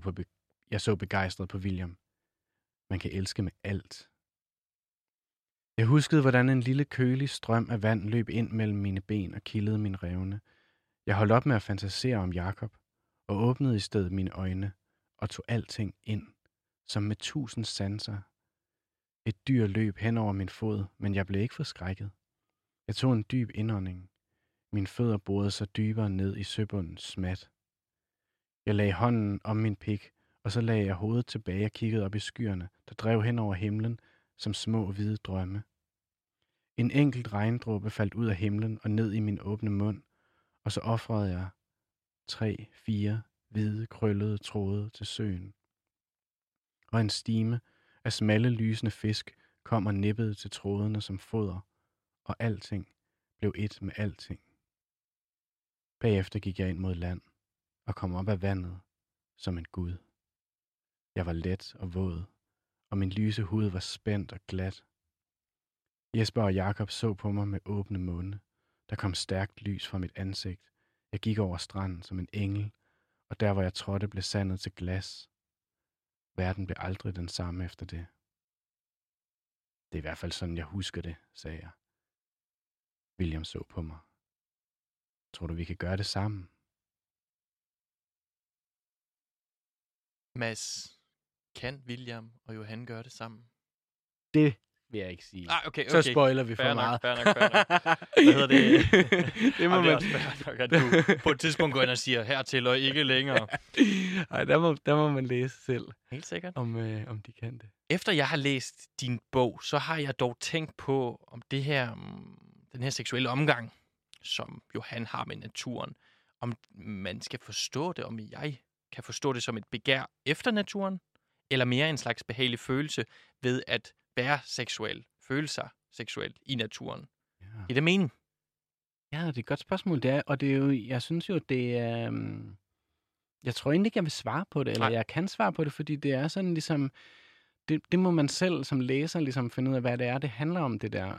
Jeg så begejstret på William. Man kan elske med alt. Jeg huskede, hvordan en lille kølig strøm af vand løb ind mellem mine ben og kildede mine revne. Jeg holdt op med at fantasere om Jakob, og åbnede i stedet mine øjne og tog alting ind, som med 1000 sanser. Et dyr løb hen over min fod, men jeg blev ikke forskrækket. Jeg tog en dyb indånding. Mine fødder borede sig dybere ned i søbundens smat. Jeg lagde hånden om min pik, og så lagde jeg hovedet tilbage og kiggede op i skyerne, der drev hen over himlen som små hvide drømme. En enkelt regndråbe faldt ud af himlen og ned i min åbne mund, og så ofrede jeg 3-4 hvide, krøllede tråde til søen. Og en stime af smalle, lysende fisk kom og nippede til trådene som foder, og alting blev et med alting. Bagefter gik jeg ind mod land og kom op af vandet som en gud. Jeg var let og våd, og min lyse hud var spændt og glat. Jesper og Jakob så på mig med åbne munde. Der kom stærkt lys fra mit ansigt. Jeg gik over stranden som en engel, og der hvor jeg trådte blev sandet til glas. Verden blev aldrig den samme efter det. Det er i hvert fald sådan, jeg husker det, sagde jeg. William så på mig. Tror du, vi kan gøre det sammen? Mads, kan William og Johan gøre det sammen? Det vil jeg ikke sige. Okay. Så spoiler vi for Fair meget. Fair nok. Hvad hedder det? Det må Jamen, det er man... også fair nok, at du på et tidspunkt går ind og siger, hertil og ikke længere. Ej, der må man læse selv, Helt sikkert. om de kan det. Efter jeg har læst din bog, så har jeg dog tænkt på, om det her, den her seksuelle omgang, som Johan har med naturen, om man skal forstå det, om jeg kan forstå det som et begær efter naturen, eller mere en slags behagelig følelse ved at være seksuel, føle sig seksuel i naturen. Ja. I det mening? Ja, det er et godt spørgsmål, det er, og det er jo, jeg synes jo, det er, jeg tror egentlig ikke, jeg vil svare på det, eller jeg kan svare på det, fordi det er sådan ligesom, det må man selv som læser ligesom finde ud af, hvad det er, det handler om, det der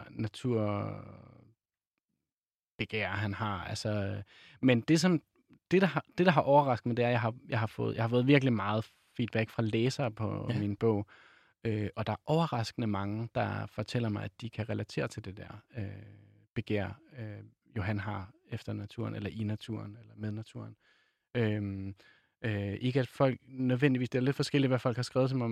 naturbegær, han har, altså, men det der har overrasket mig, det er, at jeg har fået virkelig meget feedback fra læsere på min bog, og der er overraskende mange, der fortæller mig, at de kan relatere til det der begær, Johan har efter naturen, eller i naturen, eller med naturen. Ikke at folk nødvendigvis, det er lidt forskelligt, hvad folk har skrevet til mig,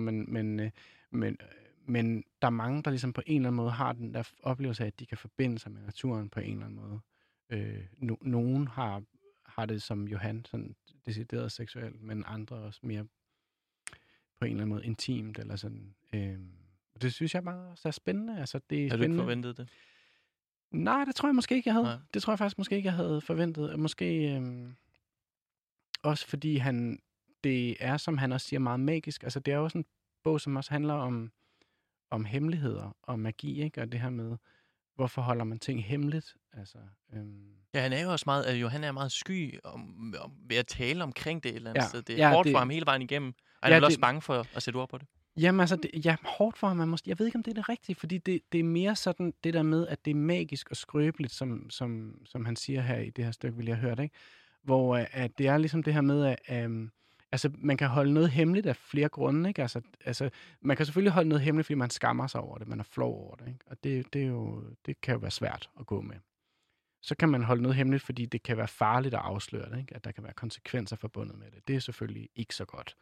men der er mange, der ligesom på en eller anden måde har den der oplevelse af, at de kan forbinde sig med naturen på en eller anden måde. Nogen har det som Johan, sådan decideret seksuelt, men andre også mere på en eller anden måde intimt, eller sådan. Det synes jeg bare også er spændende. Altså, det er spændende. Du ikke forventet det? Nej, det tror jeg måske ikke, jeg havde. Nej. Det tror jeg faktisk måske ikke, jeg havde forventet. Måske også fordi det er, som han også siger, meget magisk. Altså, det er jo sådan en bog, som også handler om hemmeligheder og magi, ikke? Og det her med, hvorfor holder man ting hemmeligt? Altså, Ja, han er jo også meget, Johan er meget sky ved at tale omkring det et eller andet sted. Det er hårdt for ham hele vejen igennem. Og han er vel også bange for at sætte ord på det. Jamen altså, hårdt for ham. Jeg ved ikke, om det er det rigtige, fordi det er mere sådan det der med, at det er magisk og skrøbeligt, som han siger her i det her stykke, vil jeg høre det, ikke? Hvor at det er ligesom det her med, at altså, man kan holde noget hemmeligt af flere grunde, ikke? Altså, man kan selvfølgelig holde noget hemmeligt, fordi man skammer sig over det, man er flov over det, ikke? Og det kan jo være svært at gå med. Så kan man holde noget hemmeligt, fordi det kan være farligt at afsløre det, ikke? At der kan være konsekvenser forbundet med det. Det er selvfølgelig ikke så godt.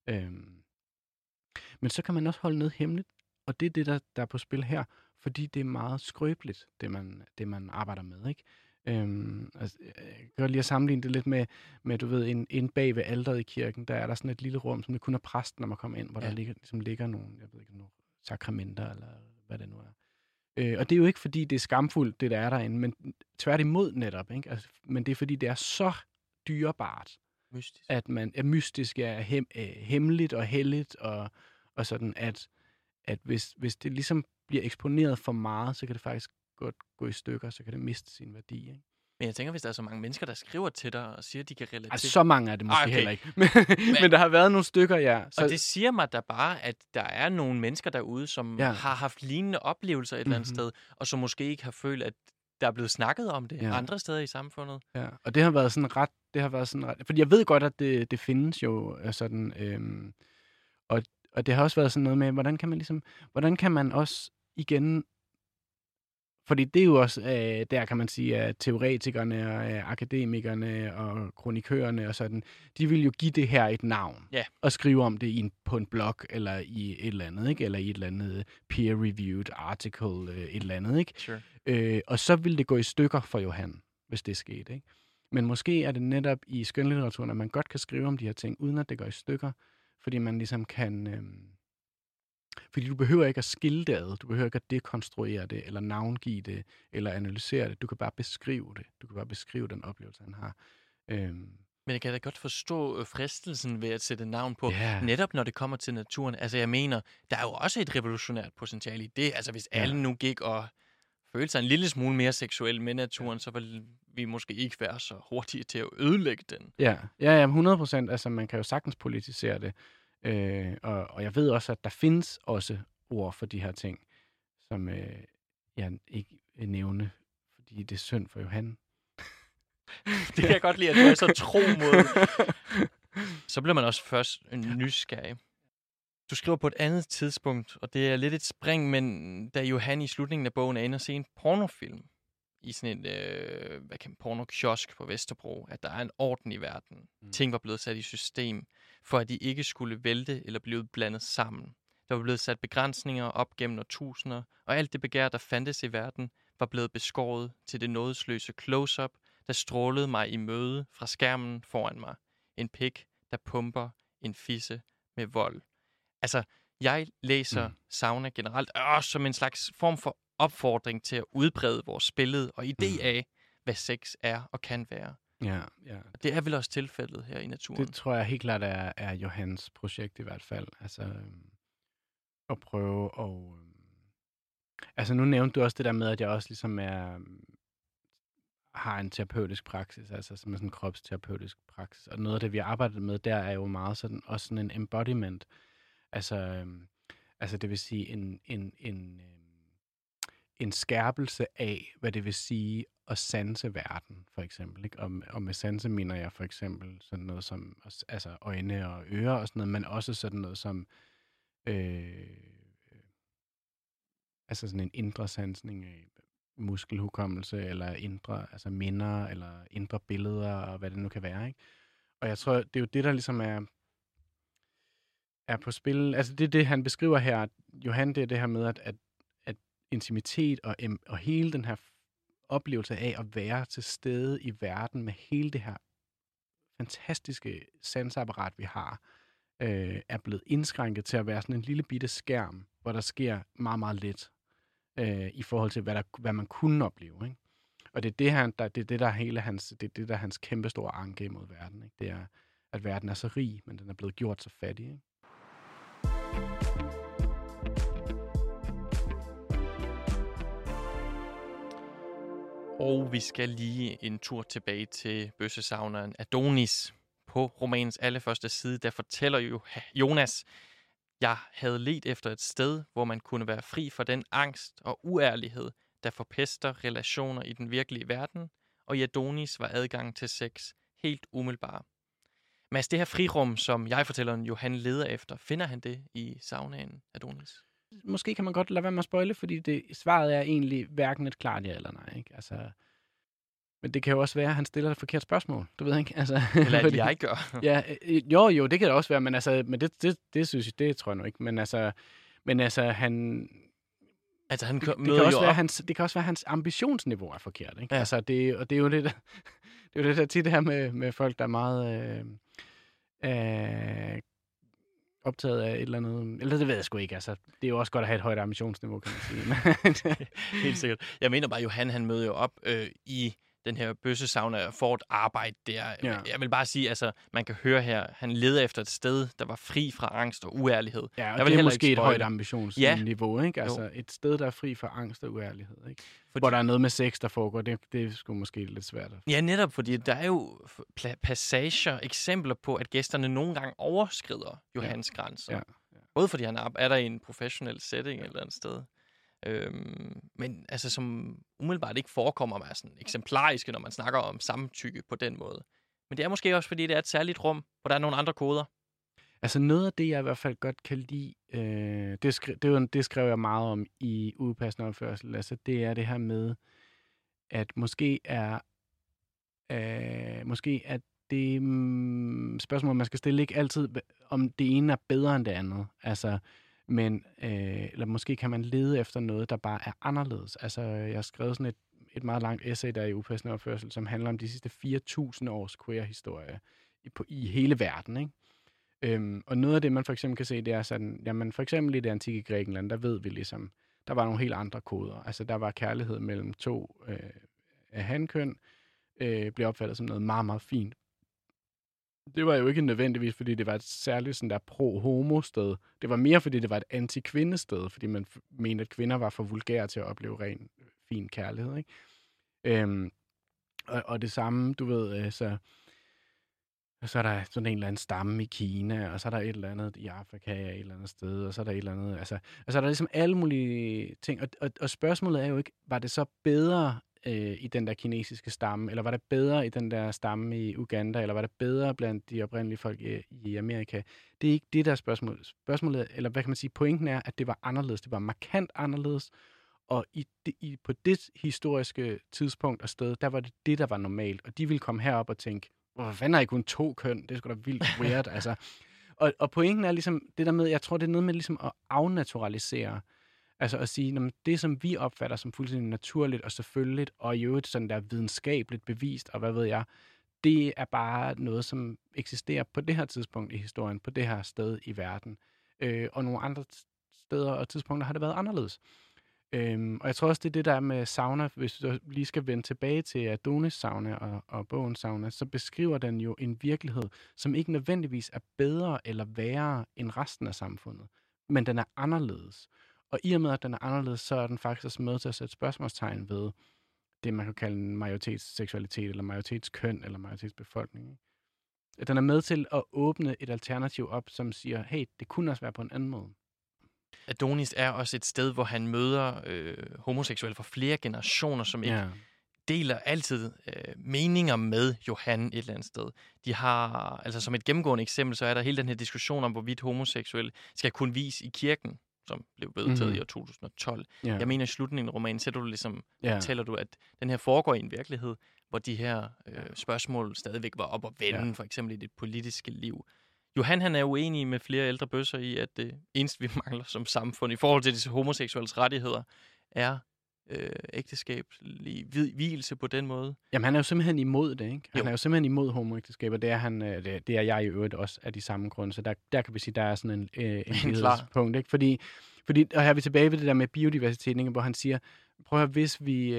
Men så kan man også holde noget hemmeligt, og det er det, der er på spil her, fordi det er meget skrøbeligt, det man arbejder med, ikke? Altså, jeg kan godt lige at sammenligne det lidt med du ved, inde bag ved alteret i kirken, der er der sådan et lille rum, som det kun er præsten, når man kommer ind, hvor der ligger nogle, jeg ved ikke, nogle sakramenter, eller hvad det nu er. Og det er jo ikke, fordi det er skamfuldt, det der er derinde, men tværtimod netop, ikke? Altså, men det er, fordi det er så dyrebart, mystisk. At man er mystisk, hemmeligt og helligt, og sådan, at hvis det ligesom bliver eksponeret for meget, så kan det faktisk godt gå i stykker, så kan det miste sin værdi, ikke? Men jeg tænker, hvis der er så mange mennesker, der skriver til dig og siger, at de kan relatere... Altså, så mange er det måske heller ikke. Men der har været nogle stykker, ja. Så... Og det siger mig da bare, at der er nogle mennesker derude, som har haft lignende oplevelser et eller andet sted, og som måske ikke har følt, at der er blevet snakket om det andre steder i samfundet. Ja, og det har været sådan ret... Fordi jeg ved godt, at det findes jo sådan... Og det har også været sådan noget med, hvordan kan man også igen Fordi det er jo også, der kan man sige, at teoretikerne og akademikerne og kronikørerne og sådan, de vil jo give det her et navn. Ja. Og skrive om det på en blog eller i et eller andet, ikke? Eller i et eller andet peer-reviewed article, et eller andet, ikke? Sure. Og så vil det gå i stykker for Johan, hvis det skete, ikke? Men måske er det netop i skønlitteraturen, at man godt kan skrive om de her ting, uden at det går i stykker, fordi man ligesom kan... Fordi du behøver ikke at skille det ad, du behøver ikke at dekonstruere det, eller navngive det, eller analysere det. Du kan bare beskrive det. Du kan bare beskrive den oplevelse, han har. Men jeg kan da godt forstå fristelsen ved at sætte navn på, Ja. netop når det kommer til naturen. Altså jeg mener, der er jo også et revolutionært potentiale i det. Altså hvis alle nu gik og følte sig en lille smule mere seksuel med naturen, så ville vi måske ikke være så hurtige til at ødelægge den. Ja, 100%. Altså man kan jo sagtens politisere det. Og jeg ved også, at der findes også ord for de her ting, som jeg ikke vil nævne, fordi det er synd for Johan. Det kan jeg godt lide, at du er så tro mod. Så bliver man også først nysgerrig. Du skriver på et andet tidspunkt, og det er lidt et spring, men da Johan i slutningen af bogen er inde og se en pornofilm i sådan en pornokiosk på Vesterbro, at der er en orden i verden. Ting var blevet sat i system, for at de ikke skulle vælte eller blive blandet sammen. Der var blevet sat begrænsninger op gennem årtusinder, og alt det begær, der fandtes i verden, var blevet beskåret til det nådesløse close-up, der strålede mig i møde fra skærmen foran mig. En pik, der pumper en fisse med vold. Altså, jeg læser sauna generelt også som en slags form for opfordring til at udbrede vores billede og idé af, hvad sex er og kan være. Ja. Og det er vel også tilfældet her i naturen. Det tror jeg helt klart er Johans projekt i hvert fald. Altså, at prøve at... Altså, nu nævnte du også det der med, at jeg også ligesom har en terapeutisk praksis, altså som er sådan en kropsterapeutisk praksis. Og noget af det, vi har arbejdet med, der er jo meget sådan, også sådan en embodiment. Altså det vil sige en skærpelse af, hvad det vil sige at sanse verden, for eksempel. Ikke? Og med sanse mener jeg for eksempel sådan noget som altså øjne og ører og sådan noget, men også sådan noget som altså sådan en indre sansning af muskelhukommelse, eller indre, altså minder, eller indre billeder, og hvad det nu kan være, ikke? Og jeg tror, det er jo det, der ligesom er på spil. Altså det er det, han beskriver her. Johan, det er det her med, at intimitet og hele den her oplevelse af at være til stede i verden med hele det her fantastiske sansapparat, vi har, er blevet indskrænket til at være sådan en lille bitte skærm, hvor der sker meget, meget lidt i forhold til, hvad man kunne opleve, ikke? Og det er det, der er hans kæmpestore anke imod verden, ikke? Det er, at verden er så rig, men den er blevet gjort så fattig, ikke? Og vi skal lige en tur tilbage til bøssesauneren Adonis. På romanens allerførste side, der fortæller jo Jonas, jeg havde ledt efter et sted, hvor man kunne være fri for den angst og uærlighed, der forpester relationer i den virkelige verden, og i Adonis var adgang til sex helt umiddelbar. Men det her frirum, som jeg fortæller, Johan leder efter, finder han det i saunaen Adonis? Måske kan man godt lade være med at spoile, fordi svaret er egentlig hverken et klart ja eller nej, ikke? Altså, men det kan jo også være, at han stiller et forkert spørgsmål. Du ved ikke? Altså, eller at jeg gør. Ja, jo, det kan det også være, men altså, det synes jeg, det tror jeg nu ikke. Men altså han... Altså, han det kan også være, hans ambitionsniveau er forkert, ikke? Ja. Altså, det er jo det, det er jo det der tit her med folk, der er meget optaget af et eller andet... Eller det ved jeg sgu ikke, altså. Det er jo også godt at have et højt ambitionsniveau, kan man sige. Helt sikkert. Jeg mener bare, Johan, han møder jo op i den her bøssesauna for et arbejde der. Ja. Jeg vil bare sige, altså, man kan høre her, han leder efter et sted, der var fri fra angst og uærlighed. Ja, og det er måske et højt ambitionsniveau, ikke? Altså, jo. Et sted, der er fri fra angst og uærlighed, ikke? Hvor der er noget med sex, der foregår, det er sgu måske lidt svært. Ja, netop, fordi der er jo passager, eksempler på, at gæsterne nogle gange overskrider Johans grænser. Ja. Både fordi han er der i en professionel setting et eller andet sted. Men altså som umiddelbart ikke forekommer at være sådan eksemplariske, når man snakker om samtykke på den måde. Men det er måske også, fordi det er et særligt rum, hvor der er nogle andre koder. Altså noget af det, jeg i hvert fald godt kan lide, det skrev jeg meget om i upassende opførsel, altså det er det her med, at måske er det spørgsmål, man skal stille ikke altid, om det ene er bedre end det andet. Altså, men, eller måske kan man lede efter noget, der bare er anderledes. Altså, jeg har skrevet sådan et meget langt essay der i upassende opførsel, som handler om de sidste 4.000 års queer-historie i hele verden, ikke? Og noget af det, man for eksempel kan se, det er sådan, jamen for eksempel i det antikke Grækenland, der ved vi ligesom, der var nogle helt andre koder. Altså, der var kærlighed mellem to af hankøn, blev opfattet som noget meget, meget fint. Det var jo ikke nødvendigvis, fordi det var et særligt sådan der pro-homo-sted. Det var mere, fordi det var et anti-kvindested, fordi man mente, at kvinder var for vulgære til at opleve ren, fin kærlighed, ikke? Og det samme, du ved, så er der sådan en eller anden stamme i Kina, og så er der et eller andet i Afrika et eller andet sted, og så er der et eller andet, altså er der ligesom alle mulige ting, og spørgsmålet er jo ikke, var det så bedre i den der kinesiske stamme, eller var det bedre i den der stamme i Uganda, eller var det bedre blandt de oprindelige folk i Amerika? Det er ikke det, der er spørgsmålet. Spørgsmålet, eller hvad kan man sige, pointen er, at det var anderledes, det var markant anderledes, og på det historiske tidspunkt og sted, der var det, der var normalt, og de ville komme herop og tænke, hvor fanden er I kun 2 køn? Det er sgu da vildt weird, altså. Og pointen er ligesom det der med, jeg tror, det er noget med ligesom at afnaturalisere. Altså at sige, det som vi opfatter som fuldstændig naturligt og selvfølgeligt, og i øvrigt sådan der videnskabeligt bevist, og hvad ved jeg, det er bare noget, som eksisterer på det her tidspunkt i historien, på det her sted i verden. Og nogle andre steder og tidspunkter har det været anderledes. Og jeg tror også, det er det, der er med sauna. Hvis du lige skal vende tilbage til Adonis sauna og bogen sauna, så beskriver den jo en virkelighed, som ikke nødvendigvis er bedre eller værre end resten af samfundet. Men den er anderledes. Og i og med, at den er anderledes, så er den faktisk også med til at sætte spørgsmålstegn ved det, man kan kalde en majoritetsseksualitet, eller majoritetskøn, eller majoritetsbefolkning. Den er med til at åbne et alternativ op, som siger, hey, det kunne også være på en anden måde. Adonis er også et sted, hvor han møder homoseksuelle fra flere generationer, som ikke deler altid meninger med Johan et eller andet sted. De har, altså som et gennemgående eksempel, så er der hele den her diskussion om, hvorvidt homoseksuelle skal kunne vise i kirken, som blev vedtaget i år 2012. Yeah. Jeg mener, i slutningen af romanen, så fortæller du, at den her foregår i en virkelighed, hvor de her spørgsmål stadigvæk var op og vende, for eksempel i det politiske liv. Johan, han er uenig med flere ældre bøsser i, at det eneste, vi mangler som samfund i forhold til disse homoseksuelles rettigheder, er ægteskabelig vielse på den måde. Jamen, han er jo simpelthen imod det, ikke? Han er jo simpelthen imod homoægteskaber. Det er jeg i øvrigt også af de samme grunde. Så der kan vi sige, der er sådan en punkt, ikke? Fordi, og her er vi tilbage ved det der med biodiversitet, ikke? Hvor han siger, prøv at høre, hvis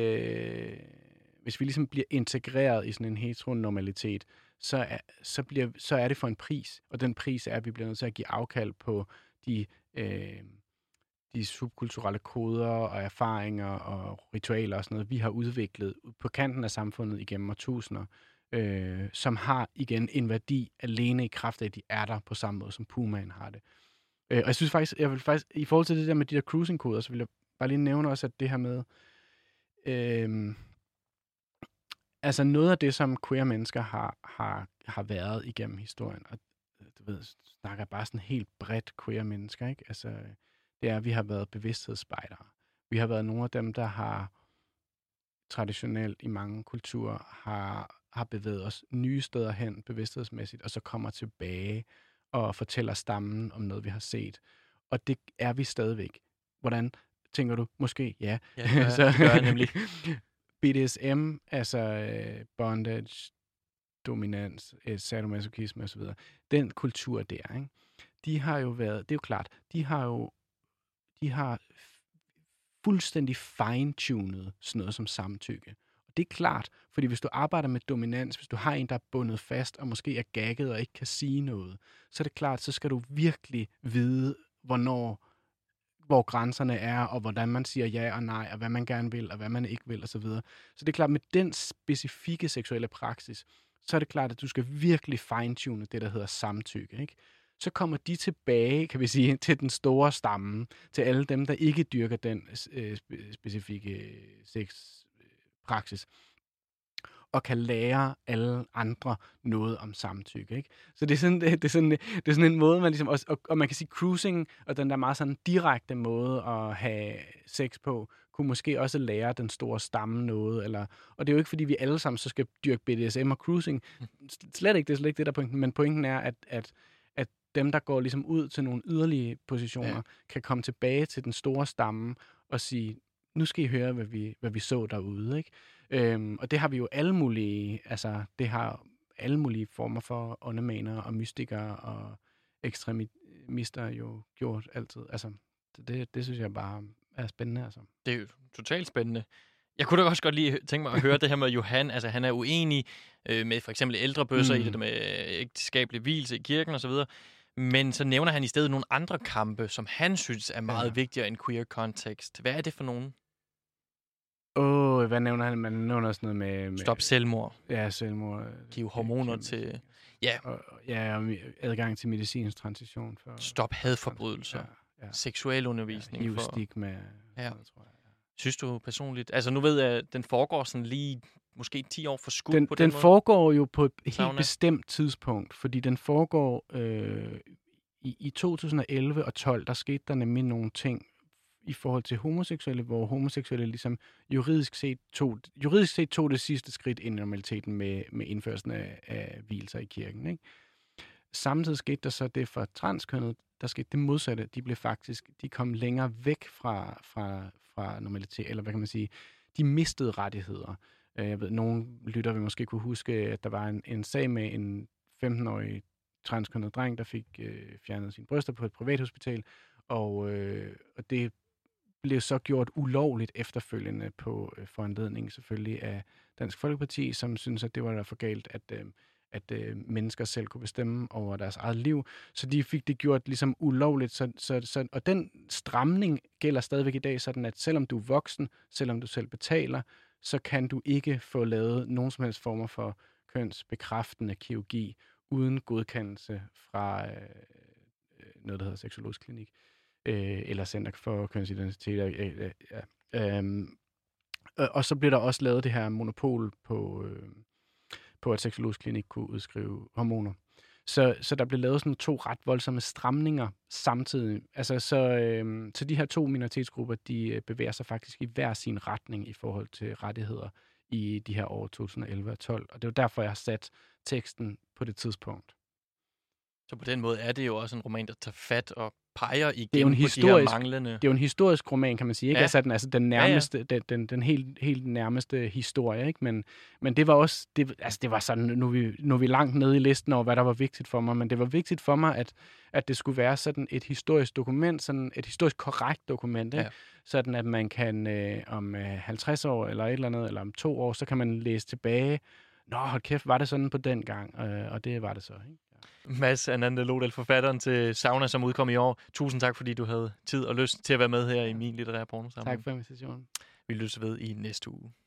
vi ligesom bliver integreret i sådan en heteronormalitet, så er det for en pris, og den pris er, at vi bliver nødt til at give afkald på de subkulturelle koder og erfaringer og ritualer og sådan noget, vi har udviklet på kanten af samfundet igennem årtusinder, som har igen en værdi alene i kraft af, at de er der på samme måde, som pumaen har det. Og jeg synes faktisk, i forhold til det der med de der cruising-koder, så vil jeg bare lige nævne også, at det her med altså noget af det, som queer mennesker har været igennem historien, og du ved, snakker bare sådan helt bredt queer mennesker, ikke? Altså, det er, at vi har været bevidsthedsspejdere. Vi har været nogle af dem, der har traditionelt i mange kulturer har bevæget os nye steder hen bevidsthedsmæssigt, og så kommer tilbage og fortæller stammen om noget, vi har set. Og det er vi stadigvæk. Hvordan tænker du? Måske ja. Ja, det gør jeg nemlig. BDSM, altså bondage, dominans, sadomasochisme osv., den kultur der, ikke? De har jo været, det er jo klart, de har fuldstændig fine-tunet sådan noget som samtykke. Og det er klart, fordi hvis du arbejder med dominans, hvis du har en, der er bundet fast og måske er gagget og ikke kan sige noget, så er det klart, så skal du virkelig vide, hvor grænserne er, og hvordan man siger ja og nej, og hvad man gerne vil, og hvad man ikke vil, osv. Så det er klart, med den specifikke seksuelle praksis, så er det klart, at du skal virkelig fine-tune det, der hedder samtykke, ikke? Så kommer de tilbage, kan vi sige, til den store stamme, til alle dem, der ikke dyrker den specifikke sexpraksis. og kan lære alle andre noget om samtykke, ikke? Så det er sådan en måde, man ligesom også, og man kan sige cruising, og den der meget sådan direkte måde at have sex på, kunne måske også lære den store stamme noget, og det er jo ikke, fordi vi alle sammen så skal dyrke BDSM og cruising. Slet ikke, det er slet ikke det, der er pointen, men pointen er, at dem, der går ligesom ud til nogle yderlige positioner, kan komme tilbage til den store stamme og sige, nu skal I høre, hvad vi så derude, ikke? Og det har vi jo alle mulige, altså det har alle mulige former for åndemaner og mystikere og ekstremister jo gjort altid. Altså, det synes jeg bare er spændende, altså. Det er jo totalt spændende. Jeg kunne da også godt lige tænke mig at høre det her med Johan. Altså, han er uenig med for eksempel ældrebøsser i det med ægteskabelig vielse i kirken osv., men så nævner han i stedet nogle andre kampe, som han synes er meget vigtigere end queer kontekst. Hvad er det for nogen? Hvad nævner han? Man nævner sådan noget med stop selvmord. Ja, selvmord. Give hormoner til... Ja. Og adgang til medicinsk transition. Stop hadforbrydelser. Ja. Seksuel undervisning. Ja, stigma. Ja. Tror jeg. Synes du personligt... Altså, nu ved jeg, at den foregår sådan lige... Måske 10 år for skud på den måde? Den foregår jo på et helt bestemt tidspunkt, fordi den foregår i 2011 og 12, der skete der nemlig nogle ting i forhold til homoseksuelle, hvor homoseksuelle ligesom juridisk set tog det sidste skridt ind i normaliteten med indførelsen af vielser i kirken, ikke? Samtidig skete der så det for transkønnet, der skete det modsatte. De kom længere væk fra normalitet, eller hvad kan man sige, de mistede rettigheder. Jeg ved, nogle lytter vil måske kunne huske, at der var en sag med en 15-årig transkønnet dreng, der fik fjernet sine bryster på et privathospital, og det blev så gjort ulovligt efterfølgende på foranledning selvfølgelig af Dansk Folkeparti, som synes, at det var der for galt, at mennesker selv kunne bestemme over deres eget liv. Så de fik det gjort ligesom ulovligt. Og den stramning gælder stadigvæk i dag, sådan at selvom du er voksen, selvom du selv betaler, så kan du ikke få lavet nogen som helst former for kønsbekræftende kirurgi uden godkendelse fra noget, der hedder Sexologisk Klinik eller Center for Kønsidentitet. Og så blev der også lavet det her monopol på at Sexologisk Klinik kunne udskrive hormoner. Så der blev lavet sådan 2 ret voldsomme stramninger samtidig. Altså, så de her 2 minoritetsgrupper, de bevæger sig faktisk i hver sin retning i forhold til rettigheder i de her år 2011 og 12. Og det er jo derfor, jeg har sat teksten på det tidspunkt. Så på den måde er det jo også en roman, der tager fat og peger igennem på de her manglende... Det er jo en historisk roman, kan man sige. Ikke? Ja. Altså den nærmeste, den helt nærmeste historie. Ikke? Men det var også... Det var sådan, nu er vi langt nede i listen over, hvad der var vigtigt for mig. Men det var vigtigt for mig, at det skulle være sådan et historisk dokument, sådan et historisk korrekt dokument. Ikke? Ja. Sådan at man kan om 50 år eller et eller andet, eller om 2 år, så kan man læse tilbage. Nå, hold kæft, var det sådan på den gang? Og det var det så, ikke? Mads Ananda Lodal, forfatteren til Sauna, som udkom i år. Tusind tak, fordi du havde tid og lyst til at være med her i min litterære pornosamling. Tak for invitationen. Vi lyttes ved i næste uge.